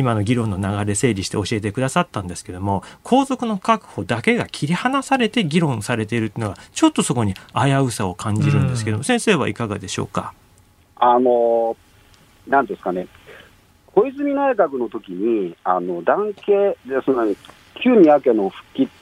今の議論の流れ整理して教えてくださったんですけども、皇族の確保だけが切り離されて議論されているというのはちょっとそこに危うさを感じるんですけども、先生はいかがでしょうか。 あのなんですかね、小泉内閣の時にあの男系でその旧宮家の復帰って、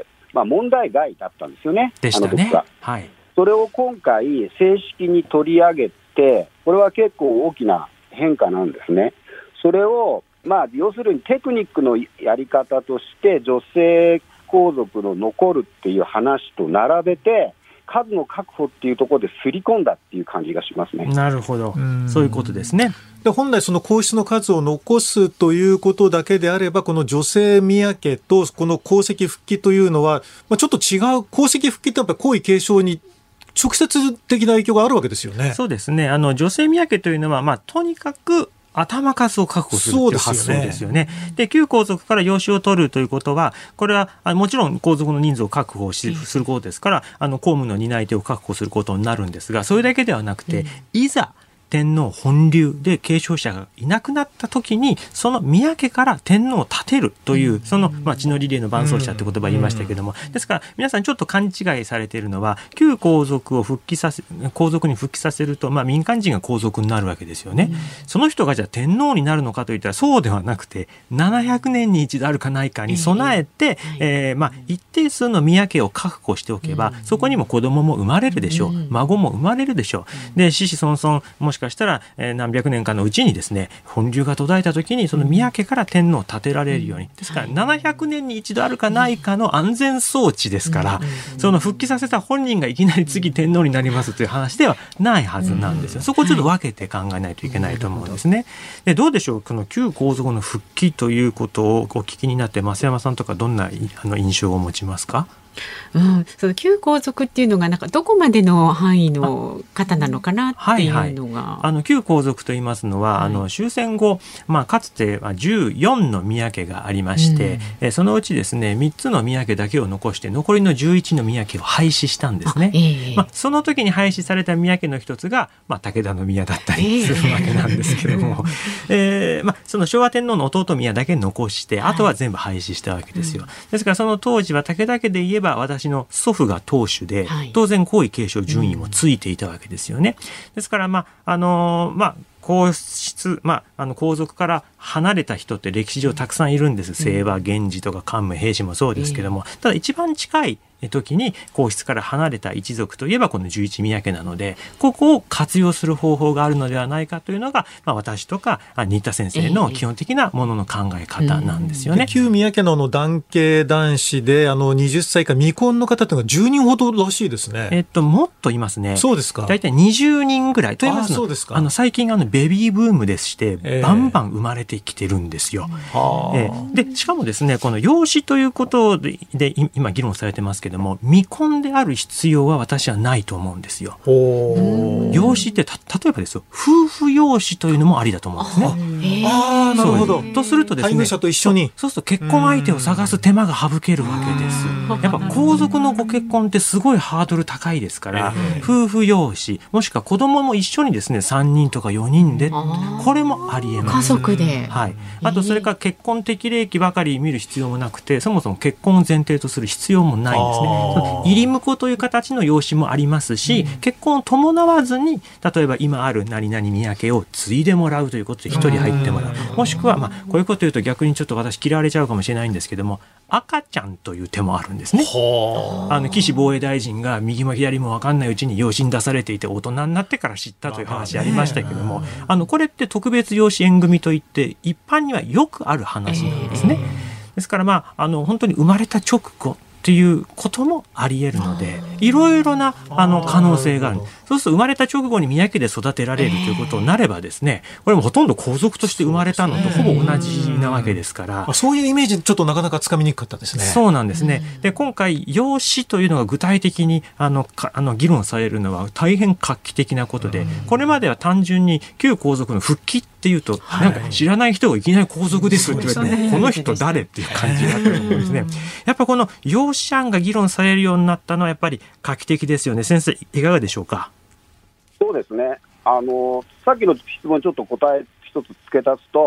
まあ、問題外だったんですよね。 でしたね。 あの時は、 はい、 それを今回正式に取り上げて、これは結構大きな変化なんですね。それを、まあ、要するにテクニックのやり方として女性皇族の残るっていう話と並べて数の確保っていうところですり込んだっていう感じがしますね。 なるほど、そういうことですね。 で本来その皇室の数を残すということだけであれば、この女性宮家とこの皇籍復帰というのは、まあ、ちょっと違う。皇籍復帰ってやっぱり皇位継承に直接的な影響があるわけですよね。 そうですね。あの女性宮家というのは、まあ、とにかく頭数を確保するという発想ですよね。で、旧皇族から養子を取るということは、これはもちろん皇族の人数を確保しすることですから、あの公務の担い手を確保することになるんですが、それだけではなくて、いざ天皇本流で継承者がいなくなった時に、その宮家から天皇を立てるという、その、まあ、血のリレーの伴走者という言葉を言いましたけども、ですから皆さんちょっと勘違いされているのは、旧皇族を復帰させ皇族に復帰させると、まあ、民間人が皇族になるわけですよね。その人がじゃあ天皇になるのかといったらそうではなくて、ななひゃくねんに一度あるかないかに備えて、えーまあ、一定数の宮家を確保しておけば、そこにも子供も生まれるでしょう、孫も生まれるでしょう。で、子々孫々もしかしたら、えー、何百年かのうちにですね、本流が途絶えた時にその宮家から天皇を立てられるように、ですからななひゃくねんに一度あるかないかの安全装置ですから、その復帰させた本人がいきなり次天皇になりますという話ではないはずなんですよ。そこをちょっと分けて考えないといけないと思うんですね。で、どうでしょう、この旧皇族の復帰ということをお聞きになって、増山さんとかどんなあの印象を持ちますか？ うん、その旧皇族っていうのがなんかどこまでの範囲の方なのかなっていうのが、はいはい、 あの旧皇族といいますのは、はい、あの終戦後、まあ、かつてはじゅうよんの宮家がありまして、うん、えそのうちですねみっつの宮家だけを残して残りのじゅういちの宮家を廃止したんですね。えーまあ、その時に廃止された宮家の一つが、まあ、武田宮だったりするわけなんですけども、えーえーまあ、その昭和天皇の弟宮だけ残してあとは全部廃止したわけですよ。はい、ですからその当時は武田家で言えば私の祖父が当主で、はい、当然皇位継承順位もついていたわけですよね。ですからまああのー、まあ皇室、まあ、あの皇族から離れた人って歴史上たくさんいるんです。清和源氏とか桓武平氏もそうですけども、ただ一番近い時に皇室から離れた一族といえばこのじゅういち宮家なので、ここを活用する方法があるのではないかというのが、まあ、私とか新田先生の基本的なものの考え方なんですよね。 旧宮家のあの男系男子であのはたち以下未婚の方というのがじゅうにんほどらしいですね。 えっともっといますね。 そうですか。 だいたいにじゅうにんぐらいと言いますの。あ、そうですか。あの最近あのベビーブームでして、えー、バンバン生まれてきてるんですよ。えー、でしかもですね、この養子ということで、で今議論されてますけども、未婚である必要は私はないと思うんですよ。養子ってた例えばですよ、夫婦養子というのもありだと思うんですね。 ああ、なるほど。 とするとですね、 配偶者と一緒にそうすると結婚相手を探す手間が省けるわけです。やっぱ皇族のご結婚ってすごいハードル高いですから、夫婦養子もしくは子供も一緒にですねさんにんとかよにんで、これもありえます。 家族で、 はい、あとそれから結婚適齢期ばかり見る必要もなくて、そもそも結婚を前提とする必要もないんですね。入り婿という形の養子もありますし、うん、結婚を伴わずに例えば今ある何々宮家を継いでもらうということで一人入ってもらう、もしくは、まあ、こういうこと言うと逆にちょっと私嫌われちゃうかもしれないんですけども、赤ちゃんという手もあるんですね。あの岸防衛大臣が右も左も分かんないうちに養子に出されていて大人になってから知ったという話ありましたけども、あのこれって特別養子縁組といって一般にはよくある話なんですね。ですから、まあ、あの本当に生まれた直後っていうこともあり得るので、いろいろなあの可能性がある。そうすると生まれた直後に宮家で育てられるということになればですね、これもほとんど皇族として生まれたのとほぼ同じなわけですから、 そういうイメージちょっとなかなかつかみにくかったですね。 そうなんですね。で今回養子というのが具体的にあのかあの議論されるのは大変画期的なことで、これまでは単純に旧皇族の復帰っていうと、なんか知らない人がいきなり皇族ですって言われて、ね、この人誰っていう感じだったと思うんですね。やっぱこの養子案が議論されるようになったのはやっぱり画期的ですよね。先生いかがでしょうか。 そうですね、あのさっきの質問ちょっと答え一つ付け足すと、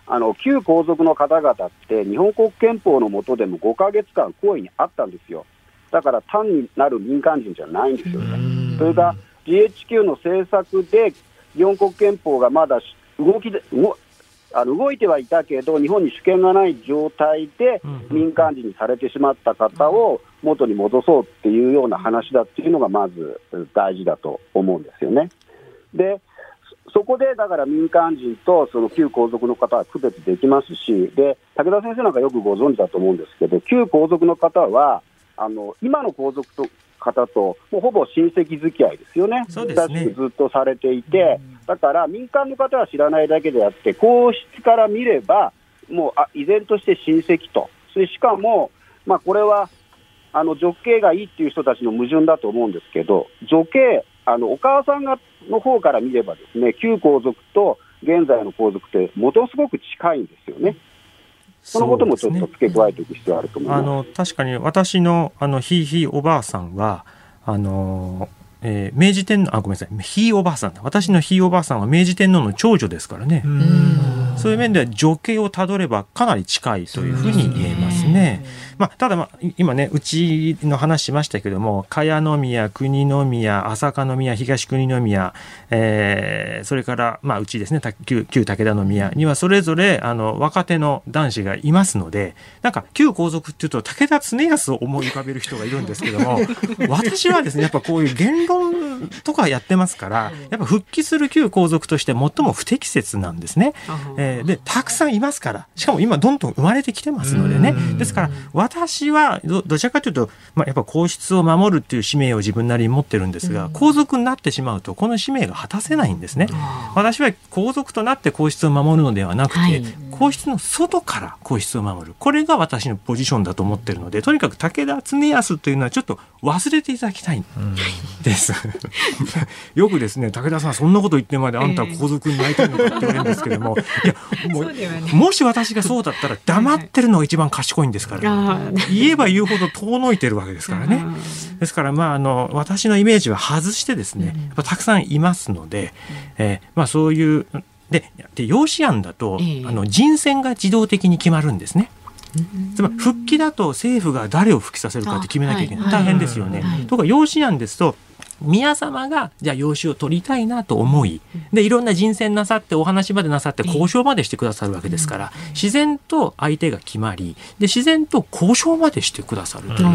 あの旧皇族の方々って日本国憲法の下でもごかげつかん行為にあったんですよ。だから単になる民間人じゃないんですよね。それが ジーエイチキュー の政策で日本国憲法がまだ動きで動あの動いてはいたけど日本に主権がない状態で民間人にされてしまった方を元に戻そうっていうような話だっていうのがまず大事だと思うんですよね。でそこでだから民間人とその旧皇族の方は区別できますし、で武田先生なんかよくご存知だと思うんですけど、旧皇族の方はあの今の皇族と方ともうほぼ親戚付き合いですよね。 そうですね。 ずっとされていて、だから民間の方は知らないだけであって皇室から見ればもうあ依然として親戚と、それしかも、まあ、これはあの女系がいいっていう人たちの矛盾だと思うんですけど、女系あのお母さんがの方から見ればですね、旧皇族と現在の皇族ってものすごく近いんですよね。そのこともちょっと付け加えていく必要あると思います。 あの確かに私のあのひいひいおばあさんはあの、えー、明治天皇あごめんなさいひいおばあさん私のひいおばあさんは明治天皇の長女ですからね。うそういう面では女系をたどればかなり近いというふうに言えますね。まあ、ただ、まあ、今ねうちの話しましたけども、茅宮、国宮、朝香宮、東国宮、えー、それから、まあ、うちですね旧、旧武田宮にはそれぞれあの若手の男子がいますので、なんか旧皇族っていうと武田恒康を思い浮かべる人がいるんですけども私はですねやっぱこういう言論とかやってますからやっぱ復帰する旧皇族として最も不適切なんですね。えー、でたくさんいますから、しかも今どんどん生まれてきてますのでね。ですから私は ど, どちらかというと、まあ、やっぱ皇室を守るっていう使命を自分なりに持ってるんですが、皇族になってしまうとこの使命が果たせないんですね。私は皇族となって皇室を守るのではなくて、はい、皇室の外から皇室を守る、これが私のポジションだと思ってるので、とにかく武田恒康というのはちょっと忘れていただきたいんですよくですね武田さんそんなこと言ってまであんたは皇族になりたいのかって言われるんですけども、いやもうもし私がそうだったら黙ってるのが一番賢いんですから、言えば言うほど遠のいてるわけですからね。ですから、まあ、あの私のイメージは外してですね、やっぱたくさんいますので、えーまあ、そういうでで養子案だと、えー、あの人選が自動的に決まるんですね。つまり復帰だと政府が誰を復帰させるかって決めなきゃいけない、はい、大変ですよね、はい、とか養子案ですと宮様がじゃあ養子を取りたいなと思いでいろんな人選なさってお話までなさって交渉までしてくださるわけですから、自然と相手が決まりで自然と交渉までしてくださるという、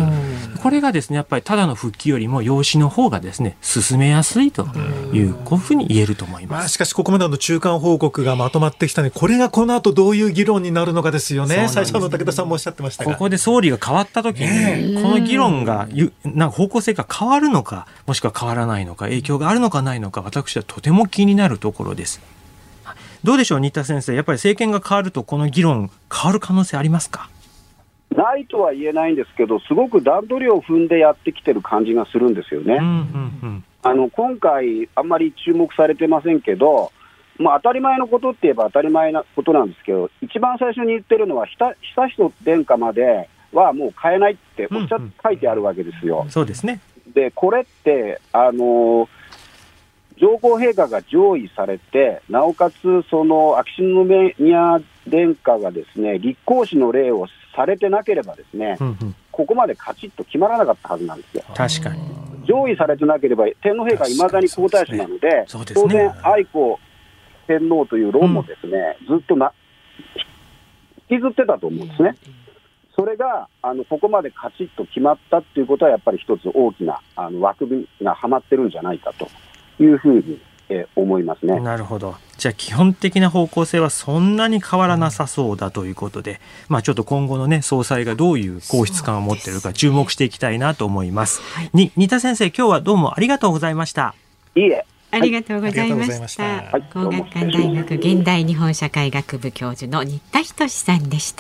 これがですねやっぱりただの復帰よりも養子の方がですね進めやすいというこういうふうに言えると思います。 まあ、しかしここまでの中間報告がまとまってきたので、これがこの後どういう議論になるのかですよね。最初の武田さんもおっしゃってましたが、 ここで総理が変わった時にこの議論がなんか方向性が変わるのかもしくは変わらないのか影響があるのかないのか、私はとても気になるところです。どうでしょう新田先生、やっぱり政権が変わるとこの議論変わる可能性ありますか？ ないとは言えないんですけど、すごく段取りを踏んでやってきてる感じがするんですよね、うんうんうん、あの今回あんまり注目されてませんけど、まあ、当たり前のことって言えば当たり前なことなんですけど、一番最初に言ってるのは悠仁殿下まではもう変えないっておっしゃって書いてあるわけですよ、 うんうん、そうですね。 でこれってあの上皇陛下が上位されて、なおかつその秋篠宮殿下がですね立皇嗣の礼をされてなければですね、うんうん、ここまでカチッと決まらなかったはずなんですよ。 確かに上位されてなければ天皇陛下はいまだに皇太子なので、ね、当然愛子天皇という論もですね、うん、ずっとな引きずってたと思うんですね。それがあのここまでカチッと決まったっていうことはやっぱり一つ大きなあの枠組みがはまってるんじゃないかというふうに、えー、思いますね。 なるほど。じゃあ基本的な方向性はそんなに変わらなさそうだということで、まあ、ちょっと今後の、ね、総裁がどういう皇室観を持っているか注目していきたいなと思います、はい、に新田先生、今日はどうもありがとうございました。 いいえ、 ありがとうございました。はい、工学館大学現代日本社会学部教授の新田仁さんでした。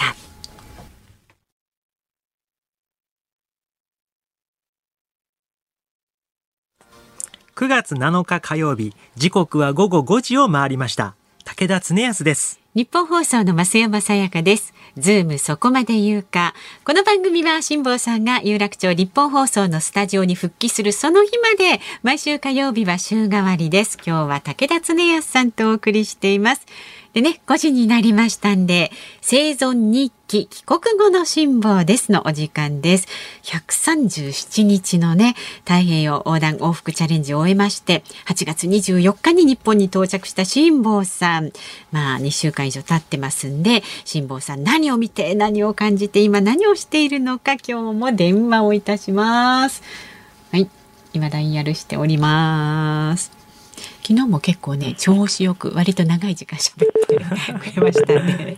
くがつなのか火曜日、時刻はごごごじを回りました。武田恒康です。 日本放送の増山さやかです。ズームそこまで言うか。この番組は辛坊さんが有楽町日本放送のスタジオに復帰するその日まで、毎週火曜日は週替わりです。今日は武田恒康さんとお送りしています。 でね、ごじになりましたんで、生存日記帰国後の辛抱ですのお時間です。ひゃくさんじゅうななにちのね、太平洋横断往復チャレンジを終えまして、はちがつにじゅうよっかに日本に到着した辛坊さん。まあ、にしゅうかん以上経ってますんで、辛坊さん何を見て、何を感じて、今何をしているのか、今日も電話をいたします。はい、今ダイヤルしております。昨日も結構ね、調子よく割と長い時間喋ってくれましたね。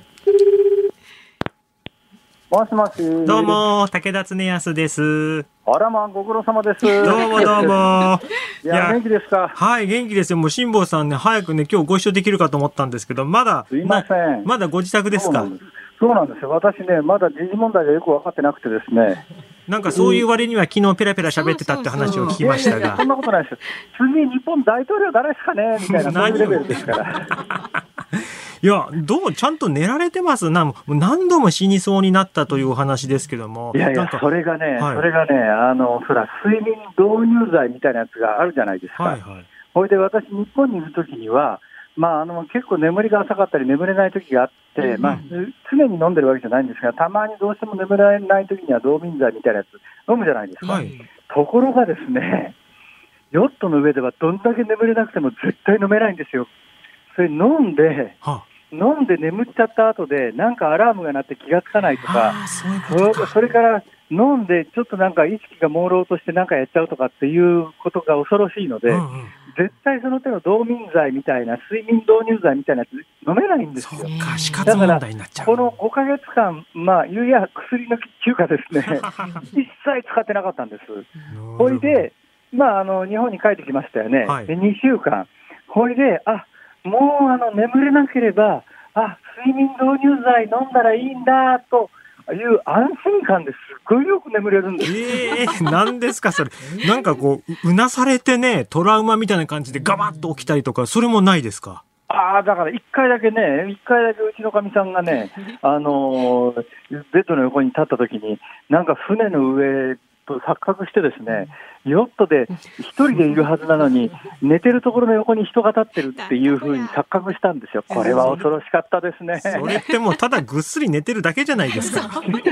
もしもし。 どうも武田恒康です。 あらま、ご苦労様です。 どうもどうも。 いや、元気ですか。 はい、元気ですよ。もう辛坊さんね、早くね今日ご一緒できるかと思ったんですけど、まだすいません、 ま、まだご自宅ですか。 そうなんですよ。私ね、まだ時事問題がよく分かってなくてですね。 なんかそういう割には昨日ペラペラ喋ってたって話を聞きましたが。 いやいや、そんなことないです。次日本大統領誰ですかねみたいな、そういうレベルですから。 いや、どうちゃんと寝られてますな。何度も死にそうになったというお話ですけども。 いやいや、それがね、はい、それがね、あの、そら、睡眠導入剤みたいなやつがあるじゃないですか。はいはい。それで私、日本にいるときには、まあ、あの、結構眠りが浅かったり眠れないときがあって、うん、まあ、常に飲んでるわけじゃないんですが、たまにどうしても眠れないときには導眠剤みたいなやつ飲むじゃないですか。はい、ところがですね、ヨットの上ではどんだけ眠れなくても絶対飲めないんですよ。それ飲んで、はあ、飲んで眠っちゃった後でなんかアラームが鳴って気がつかないとか、 そういうことか。 それから飲んでちょっとなんか意識が朦朧としてなんかやっちゃうとかっていうことが恐ろしいので、うんうん、絶対その手の導眠剤みたいな睡眠導入剤みたいなやつ飲めないんですよ。 そうか、死活問題になっちゃう。 だからこのごかげつかん、まあいうや薬の休暇ですね一切使ってなかったんです。ほいで、まあ、あの日本に帰ってきましたよね、はい、でにしゅうかん、ほいで、あ、もうあの眠れなければ、あ、睡眠導入剤飲んだらいいんだという安心感ですごいよく眠れるんです。 えー、何ですかそれ。なんかこううなされてね、トラウマみたいな感じでガバッと起きたりとか、それもないですか。 ああ、だから一回だけね、一回だけうちのかみさんがね、あのー、ベッドの横に立った時に、なんか船の上と錯覚してですね、ヨットで一人でいるはずなのに寝てるところの横に人が立ってるっていう風に錯覚したんですよ。これは恐ろしかったですね。 それってもうただぐっすり寝てるだけじゃないですか。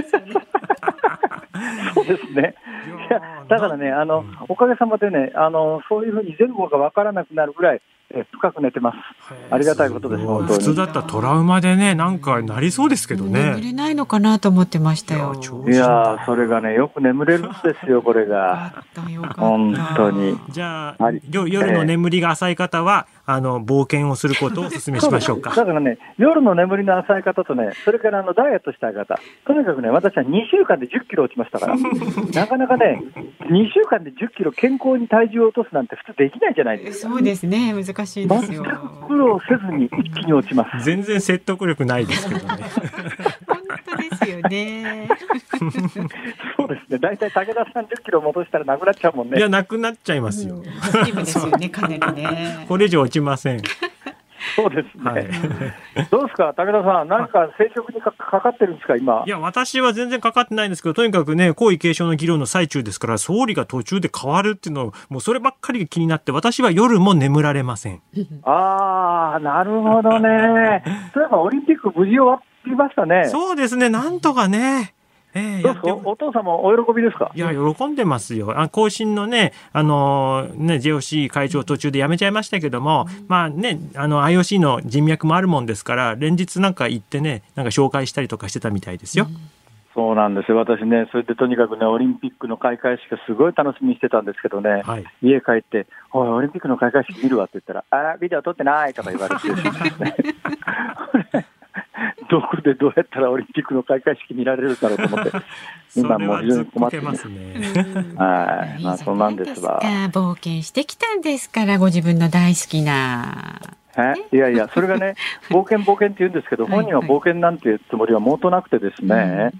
そうですね。いや、だからね、あの、おかげさまでね、あの、そういう風に前後が分からなくなるぐらいえ深く寝てます。ありがたいことです。本当に。 普通だったらトラウマでね、なんかなりそうですけどね。 眠れないのかなと思ってましたよ。 いやー、それがね、よく眠れるんですよ、これが。本当に。 じゃあ、夜の眠りが浅い方は、あの冒険をすることをお勧めしましょうか。 だからね、夜の眠りの浅い方とね、それからあのダイエットしたい方、とにかくね、私はにしゅうかんでじゅっキロ落ちましたから、なかなかね、にしゅうかんでじゅっキロ健康に体重を落とすなんて普通できないじゃないですか。 そうですね、難しいですよ。 全く苦労せずに一気に落ちます。 全然説得力ないですけどね。 本当ですよね。 そうですね、だいたい武田さんじゅっキロ戻したらなくなっちゃうもんね。 いや、なくなっちゃいますよ。 うん、ですよね、かなりね。 これ以上落ちません。 そうですね、はい、どうですか武田さん、何か政局に か, かかってるんですか今。 いや、私は全然かかってないんですけど、とにかくね、皇位継承の議論の最中ですから、総理が途中で変わるっていうのもうそればっかり気になって、私は夜も眠られません。 ああ、なるほどね。そういえばオリンピック無事終わりましたね。 そうですね、なんとかね。えー、 どうですか、お父様お喜びですか。 いや、喜んでますよ。あ、後進のね、あのー、ね、ジェーオーシー 会長途中で辞めちゃいましたけども、うん、まあね、あの アイオーシー の人脈もあるもんですから、連日なんか行ってね、なんか紹介したりとかしてたみたいですよ。うん、 そうなんですよ。私ね、それでとにかくね、オリンピックの開会式がすごい楽しみにしてたんですけどね、はい、家帰って、おい、オリンピックの開会式見るわって言ったら、あ、ビデオ撮ってないとか言われてどこでどうやったらオリンピックの開会式見られるだろうと思って今もう非常に困ってますね。はい、まあそうなんですわ。 冒険してきたんですから、ご自分の大好きな。 えいやいや、それがね、冒険冒険って言うんですけど、本人は冒険なんていうつもりは毛頭なくてですね、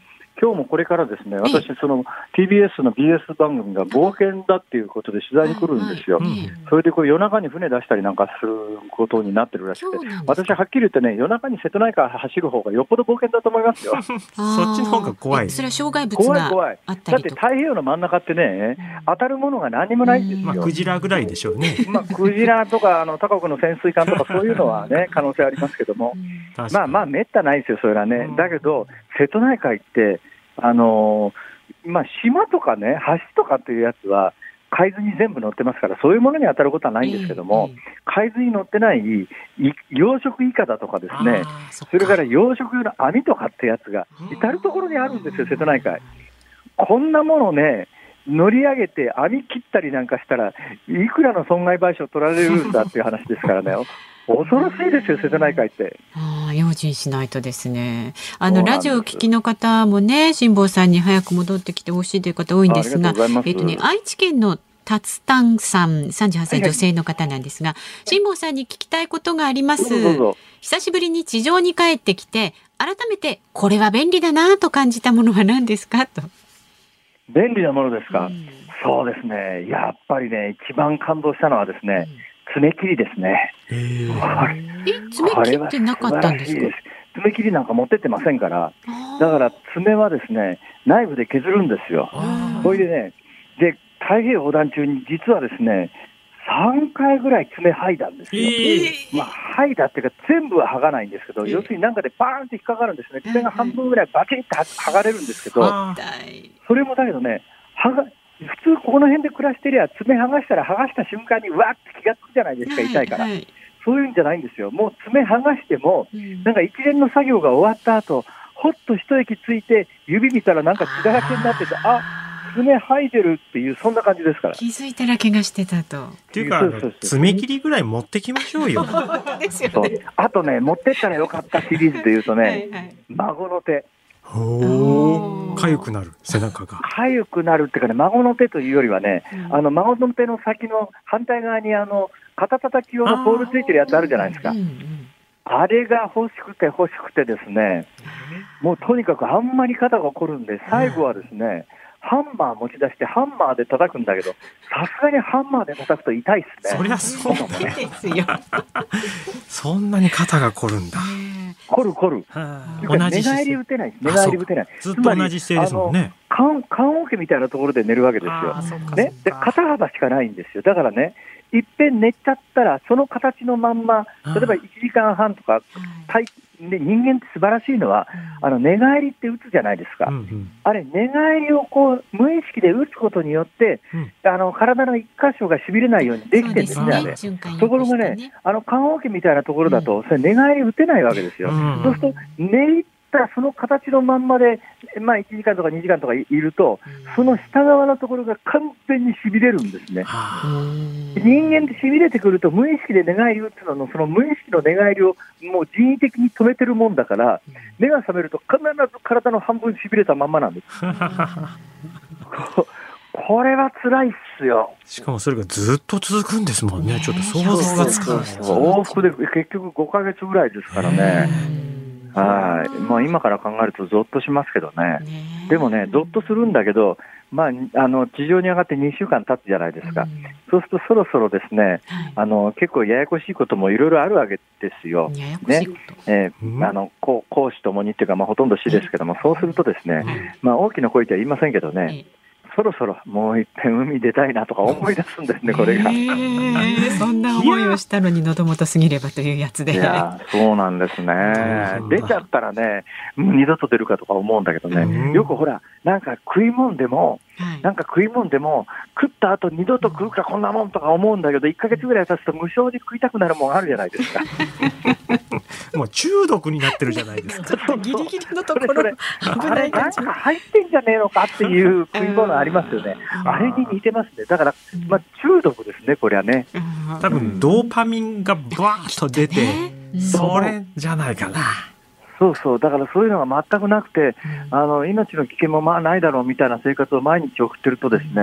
今日もこれからですね、私、その ティービーエス の ビーエス 番組が冒険だっていうことで取材に来るんですよ。それでこう夜中に船出したりなんかすることになってるらしくて、私はっきり言ってね、夜中に瀬戸内海走る方がよっぽど冒険だと思いますよ。 そっちの方が怖い。 それは障害物があったりとか。 怖い怖い。だって太平洋の真ん中ってね、当たるものが何もないんですよ。 まあ、クジラぐらいでしょうね。 まあ、クジラとかあの他国の潜水艦とかそういうのはね可能性ありますけども、まあまあめったないですよ、それはね。だけど瀬戸内海ってあのーまあ、島とかね橋とかっていうやつは海図に全部載ってますから、そういうものに当たることはないんですけども、えー、海図に載ってない養殖イカだとかですね、そ, それから養殖用の網とかってやつが至る所にあるんですよ、瀬戸内海。こんなものね乗り上げて網切ったりなんかしたらいくらの損害賠償取られるんだっていう話ですからね恐ろしいですよ、瀬戸内海って。 ああ、用心しないとですね。あのラジオを聞きの方もね、辛坊さんに早く戻ってきてほしいという方多いんですが、えっとね、愛知県の達丹さん、さんじゅうはっさい女性の方なんですが、はいはい、辛坊さんに聞きたいことがあります。 どうぞどうぞ。 久しぶりに地上に帰ってきて改めてこれは便利だなと感じたものは何ですかと。 便利なものですか、うん、そうですね、やっぱりね一番感動したのはですね、うん爪切りですね。 えー、爪切ってなかったんですか？ 爪切りなんか持ってってませんから、だから爪はですねナイフで削るんですよ。それでね、で太平洋横断中に実はですねさんかいぐらい爪剥いだんですよ。えー、まあ剥いだっていうか全部は剥がないんですけど、えー、要するになんかでバーンって引っかかるんですね。爪が半分ぐらいバキッと剥がれるんですけど、それもだけどね剥が普通この辺で暮らしてりゃ爪剥がしたら剥がした瞬間にわって気がつくじゃないですか、痛いから、はいはい、そういうんじゃないんですよ。もう爪剥がしても、うん、なんか一連の作業が終わった後ほっと一息ついて指見たらなんか血だらけになってて、あ爪剥いでるっていうそんな感じですから。 気づいたら怪我してたと。 っていうかそうそうそう爪切りぐらい持ってきましょうよ。 ですよね。 そうあとね持ってったらよかったシリーズでいうとねはい、はい、孫の手。 おかゆくなる背中がかゆくなるっていうかね、孫の手というよりはね、うん、あの孫の手の先の反対側にあの肩叩き用のポールついてるやつあるじゃないですか。 あ,、うんうん、あれが欲しくて欲しくてですね、もうとにかくあんまり肩が凝るんで最後はですね、うんハンマー持ち出してハンマーで叩くんだけど、さすがにハンマーで叩くと痛いっすね。 そりゃそうですよ。そんなに肩が凝るんだ。 凝る凝る。 同じ寝返り打てない。寝返り打てない。 ずっと同じ姿勢ですもんね。 棺桶みたいなところで寝るわけですよ。ね、で肩幅しかないんですよ。だからね、いっぺん寝ちゃったらその形のまんま、例えばいちじかんはんとか、で人間って素晴らしいのは、あの寝返りって打つじゃないですか、うんうん、あれ寝返りをこう無意識で打つことによって、うん、あの体の一箇所がしびれないようにできてるんですね、あれ。ところがね、あの棺桶みたいなところだと、うん、それ寝返り打てないわけですよ、うん、そうすると寝入ったその形のまんまで、まあ、いちじかんとかにじかんとかいると、うん、その下側のところが完全にしびれるんですね。人間ってしびれてくると無意識で寝返り打つのの、その無意識の寝返りをもう人為的に止めてるもんだから、うん、目が覚めると必ず体の半分しびれたまんまなんですこ, これは辛いっすよ。 しかもそれがずっと続くんですもんね。ちょっと想像がつかない。 往復で結局ごかげつぐらいですからね。はい、まあ、今から考えるとゾッとしますけどね。でもねゾッとするんだけど、まあ、あの地上に上がってにしゅうかん経つじゃないですか、うん、そうするとそろそろですね、はい、あの結構ややこしいこともいろいろあるわけですよ。 ややこしいこと、 ねえー、あの公私ともにっていうか、まあ、ほとんど死ですけども、そうするとですね、はい、まあ、大きな声とは言いませんけどね、はい、そろそろもう一遍海出たいなとか思い出すんですね、これが。 そんな思いをしたのに喉元過ぎればというやつで。 いやそうなんですね。出ちゃったらね、もう二度と出るかとか思うんだけどね、よくほらなんか食い物でも、はい、なんか食い物でも食った後二度と食うかこんなもんとか思うんだけど、いっかげつぐらい経つと無償で食いたくなるもんあるじゃないですか。 もう中毒になってるじゃないですか。 ギリギリのところ危ない感じ。 あれなんか入ってんじゃねえのかっていう食い物ありますよね。あれに似てますね。だから、まあ、中毒ですね、これはね。 多分ドーパミンがバーッと出て、それじゃないかな。 そうそう、だからそういうのが全くなくて、あの命の危険もまあないだろうみたいな生活を毎日送ってるとですね、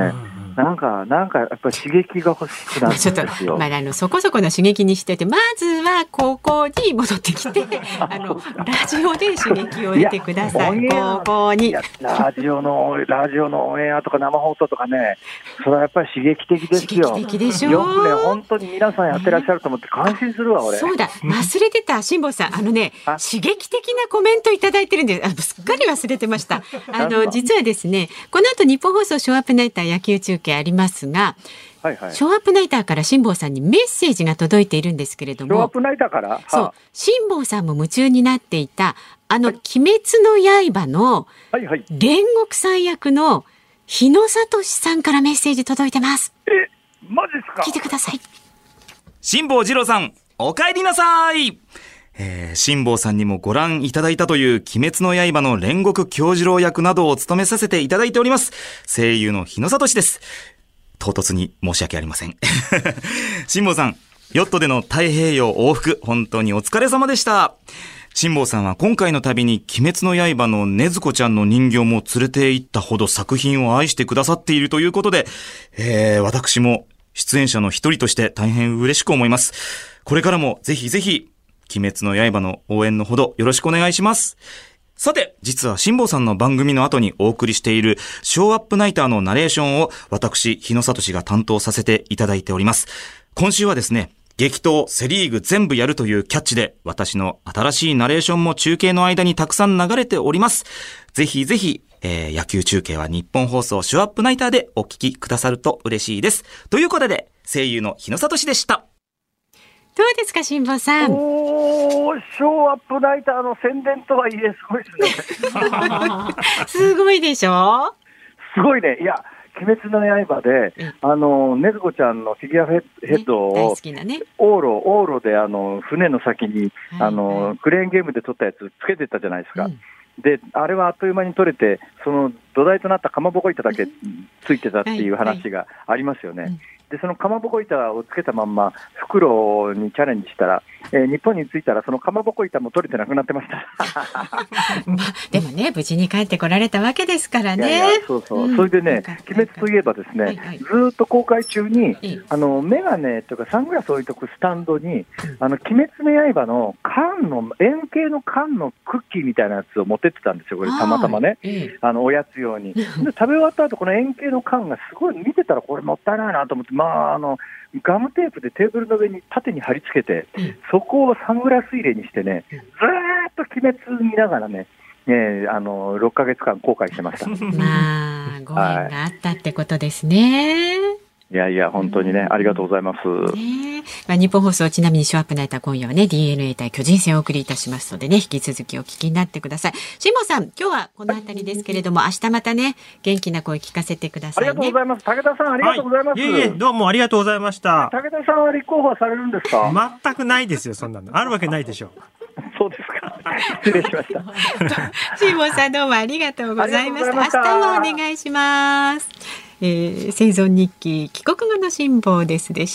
なんか、なんかやっぱり刺激が欲しくなるんですよ。ちょっと、 まあ、あの、そこそこの刺激にしてて、まずは高校に戻ってきて、あの、ラジオで刺激を得てください。高校に。 ラジオの、ラジオのオンエアとか生放送とかね、それはやっぱり刺激的ですよ。 刺激的でしょ。 よくね、本当に皆さんやってらっしゃると思って感心するわ、俺。 そうだ、忘れてた、辛坊さん。あのね、刺激的なコメントいただいてるんで、あの、すっかり忘れてました。あの、実はですね、この後日本放送ショーアップナイター野球中継ありますが、はいはい、ショーアップナイターから辛坊さんにメッセージが届いているんですけれども、 ショーアップナイターから、 そう、辛坊さんも夢中になっていたあの、はい、鬼滅の刃の煉獄さん役の日野聡さんからメッセージ届いてます。 え、マジですか？ 聞いてください。 辛坊治郎さん、お帰りなさい。えー、辛坊さんにもご覧いただいたという鬼滅の刃の煉獄杏寿郎役などを務めさせていただいております。声優の日野聡です。唐突に申し訳ありません。辛坊さん、ヨットでの太平洋往復、本当にお疲れ様でした。辛坊さんは今回の旅に鬼滅の刃の禰豆子ちゃんの人形も連れて行ったほど作品を愛してくださっているということで、えー、私も出演者の一人として大変嬉しく思います。これからもぜひぜひ鬼滅の刃の応援のほどよろしくお願いします。さて、実は辛坊さんの番組の後にお送りしているショーアップナイターのナレーションを私、日野聡が担当させていただいております。今週はですね、激闘セリーグ全部やるというキャッチで私の新しいナレーションも中継の間にたくさん流れております。ぜひぜひ、えー、野球中継は日本放送ショーアップナイターでお聞きくださると嬉しいです。ということで、声優の日野聡でした。 どうですか、辛坊さん。 おー、ショーアップナイターの宣伝とはいえすごいですね。 すごいでしょ。 すごいね。いや、鬼滅の刃で、あの禰豆子ちゃんのフィギュアヘッドを、ね、大好きなね、往路往路であの船の先に、はい、あのクレーンゲームで撮ったやつつけてたじゃないですか。うん、で、あれはあっという間に取れて、その土台となったかまぼこ板だけついてたっていう話がありますよね。はいはい、でそのかまぼこ板をつけたまんま袋にチャレンジしたら、えー、日本に着いたらそのかまぼこ板も取れてなくなってました。 まあ、でもね、無事に帰ってこられたわけですからね。 いやいや、そうそう、うん、それでね、鬼滅といえばですね、はいはい、ずっと公開中に、あのメガネとかサングラス置いとくスタンドに、あの鬼滅の刃の缶の円形の缶のクッキーみたいなやつを持ってってたんですよ。これたまたまね、あのおやつ用に。で食べ終わった後、この円形の缶がすごい見てたらこれもったいないなと思って、まあ、あのガムテープでテーブルの上に縦に貼り付けて、うん、そこをサングラス入れにしてね、ずーっと鬼滅見ながらね、ね、あのろっかげつかん後悔してました。 まあ、ご縁があったってことですね。 はい、いやいや、本当にね、ありがとうございます。 ね、まあ、日本放送、ちなみにショーアップナイター今夜はね、ディーエヌエー 対巨人戦をお送りいたしますのでね、引き続きお聞きになってください。辛坊さん、今日はこのあたりですけれども、明日またね、元気な声聞かせてくださいね。 ありがとうございます。武田さん、ありがとうございます。 はい、いえいえ、どうもありがとうございました。 武田さんは立候補はされるんですか？ 全くないですよ、そんなの。あるわけないでしょう。 そうですか。失礼しました。 辛坊さん、どうもありがとうございました。明日もお願いします。えー、生存日記帰国後の辛坊ですでした。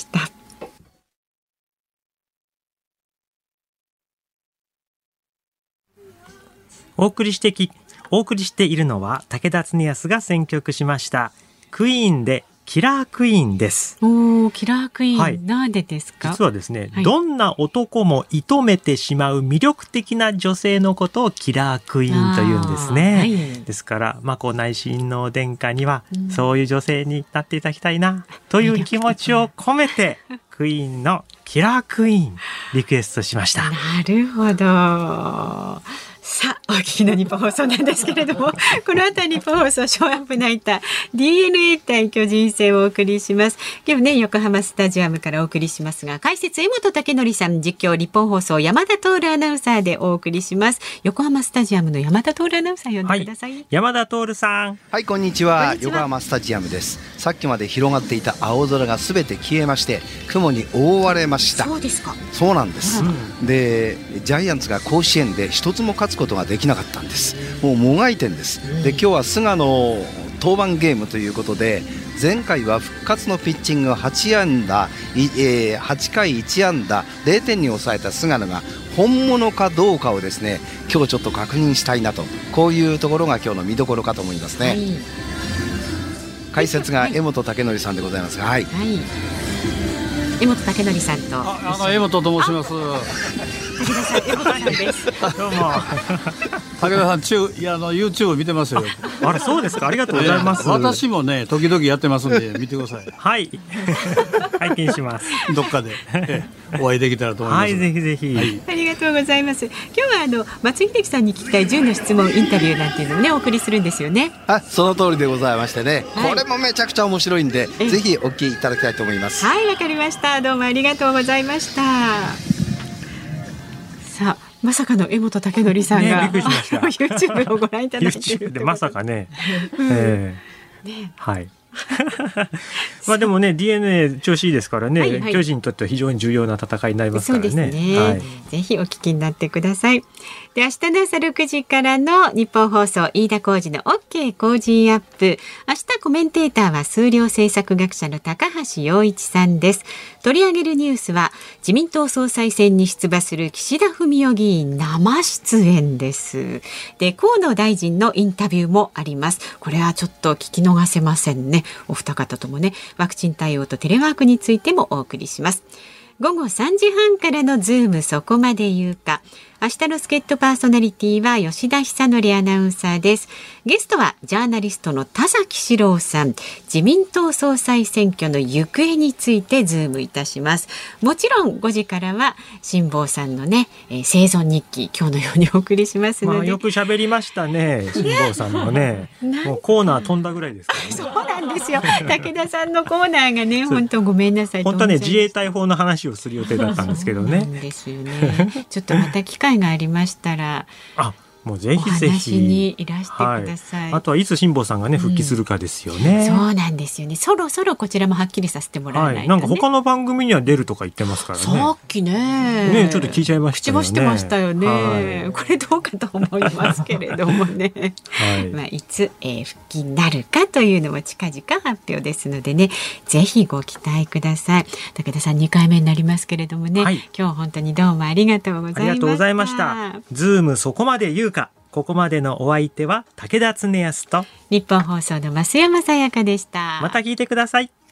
お送りしてきお送りしているのは武田恒康が選曲しましたクイーンでキラークイーンです。 おー、キラークイーン、はい、なんでですか？ 実はですね、 はい、 どんな男も射止めてしまう魅力的な女性のことをキラークイーンというんですね。はい、ですから眞子内親王殿下には、うん、そういう女性になっていただきたいなという気持ちを込めてクイーンのキラークイーンリクエストしました。 なるほど。さあ、お聞きの日本放送なんですけれども、この後は日本放送ショーアップナイター ディーエヌエー 対巨人戦をお送りします。今日ね、横浜スタジアムからお送りしますが、解説江本武則さん、実況日本放送山田徹アナウンサーでお送りします。横浜スタジアムの山田徹アナウンサー呼んでください。はい、 山田徹さん。 はい、こんにちは。横浜スタジアムです。さっきまで広がっていた青空がすべて消えまして、雲に覆われました。 そうですか。 そうなんです。うん、で、ジャイアンツが甲子園で一つも勝つことができなかったんです。もうもがいてんです。で、今日は菅野登板ゲームということで、前回は復活のピッチングはち安打、えー、はちかいいち安打ゼロてんに抑えた菅野が本物かどうかをですね、今日ちょっと確認したいなと、こういうところが今日の見どころかと思いますね。はい、 解説が江本武則さんでございますが、はい、はい、 江本武則さんとああの江本と申します。 武田さん、江本さんです。 どうも。武田さん、中いやあの YouTube 見てますよ。 あれそうですか。ありがとうございます。 えー、私もね時々やってますんで見てください。 はい。拝見します。 どっかで、えー、お会いできたらと思います。 はい、ぜひぜひ、はい。 ありがとうございます。今日はあの松井秀喜さんに聞きたいじゅうの質問インタビューなんていうのをねお送りするんですよね。 あ、その通りでございましてね。はい、これもめちゃくちゃ面白いんで、ぜひお聞きいただきたいと思います。 はい、わかりました。どうもありがとうございました。さあ、まさかの江本武則さんが、 ね、びっくりしました。 YouTube をご覧いただいている YouTube でまさかね、うんえーね、はいまあでもね ディーエヌエー 調子いいですからね、はいはい、巨人にとっては非常に重要な戦いになりますからね。 そうですね、はい、ぜひお聞きになってください。で、明日の朝ろくじからの日本放送飯田浩司の OK 工事アップ。明日コメンテーターは数量政策学者の高橋洋一さんです。取り上げるニュースは自民党総裁選に出馬する岸田文雄議員生出演です。で、河野大臣のインタビューもあります。これはちょっと聞き逃せませんね。お二方ともね、ワクチン対応とテレワークについてもお送りします。午後さんじはんからのズームそこまで言うか。明日の助っ人パーソナリティは吉田久典アナウンサーです。ゲストはジャーナリストの田崎史郎さん。自民党総裁選挙の行方についてズームいたします。もちろんごじからは辛坊さんのね、えー、生存日記今日のようにお送りしますので、 まあ、よく喋りましたね辛坊さんのねもうコーナー飛んだぐらいですから、ね、 そうなんですよ。武田さんのコーナーがね本当ごめんなさい。 本当はね自衛隊法の話をする予定だったんですけどね。 そうなんですよね。ちょっとまた機会がありましたらあもうぜひぜひお話にいらしてください、はい、 あとはいつ辛坊さんがね復帰するかですよね、 うん、そうなんですよね。そろそろこちらもはっきりさせてもらわないと、ねはい、 なんか他の番組には出るとか言ってますからね。 さっきねねちょっと聞いちゃいましたよね。 口走ってましたよね、はい、これどうかと思いますけれどもね、はいまあ、いつ、えー、復帰になるかというのも近々発表ですのでねぜひご期待ください。武田さんにかいめになりますけれどもね、はい、今日本当にどうもありがとうございました。 ありがとうございました。ズームそこまで言うか。ここまでのお相手は武田恒康と日本放送の増山さやかでした。 また聞いてください。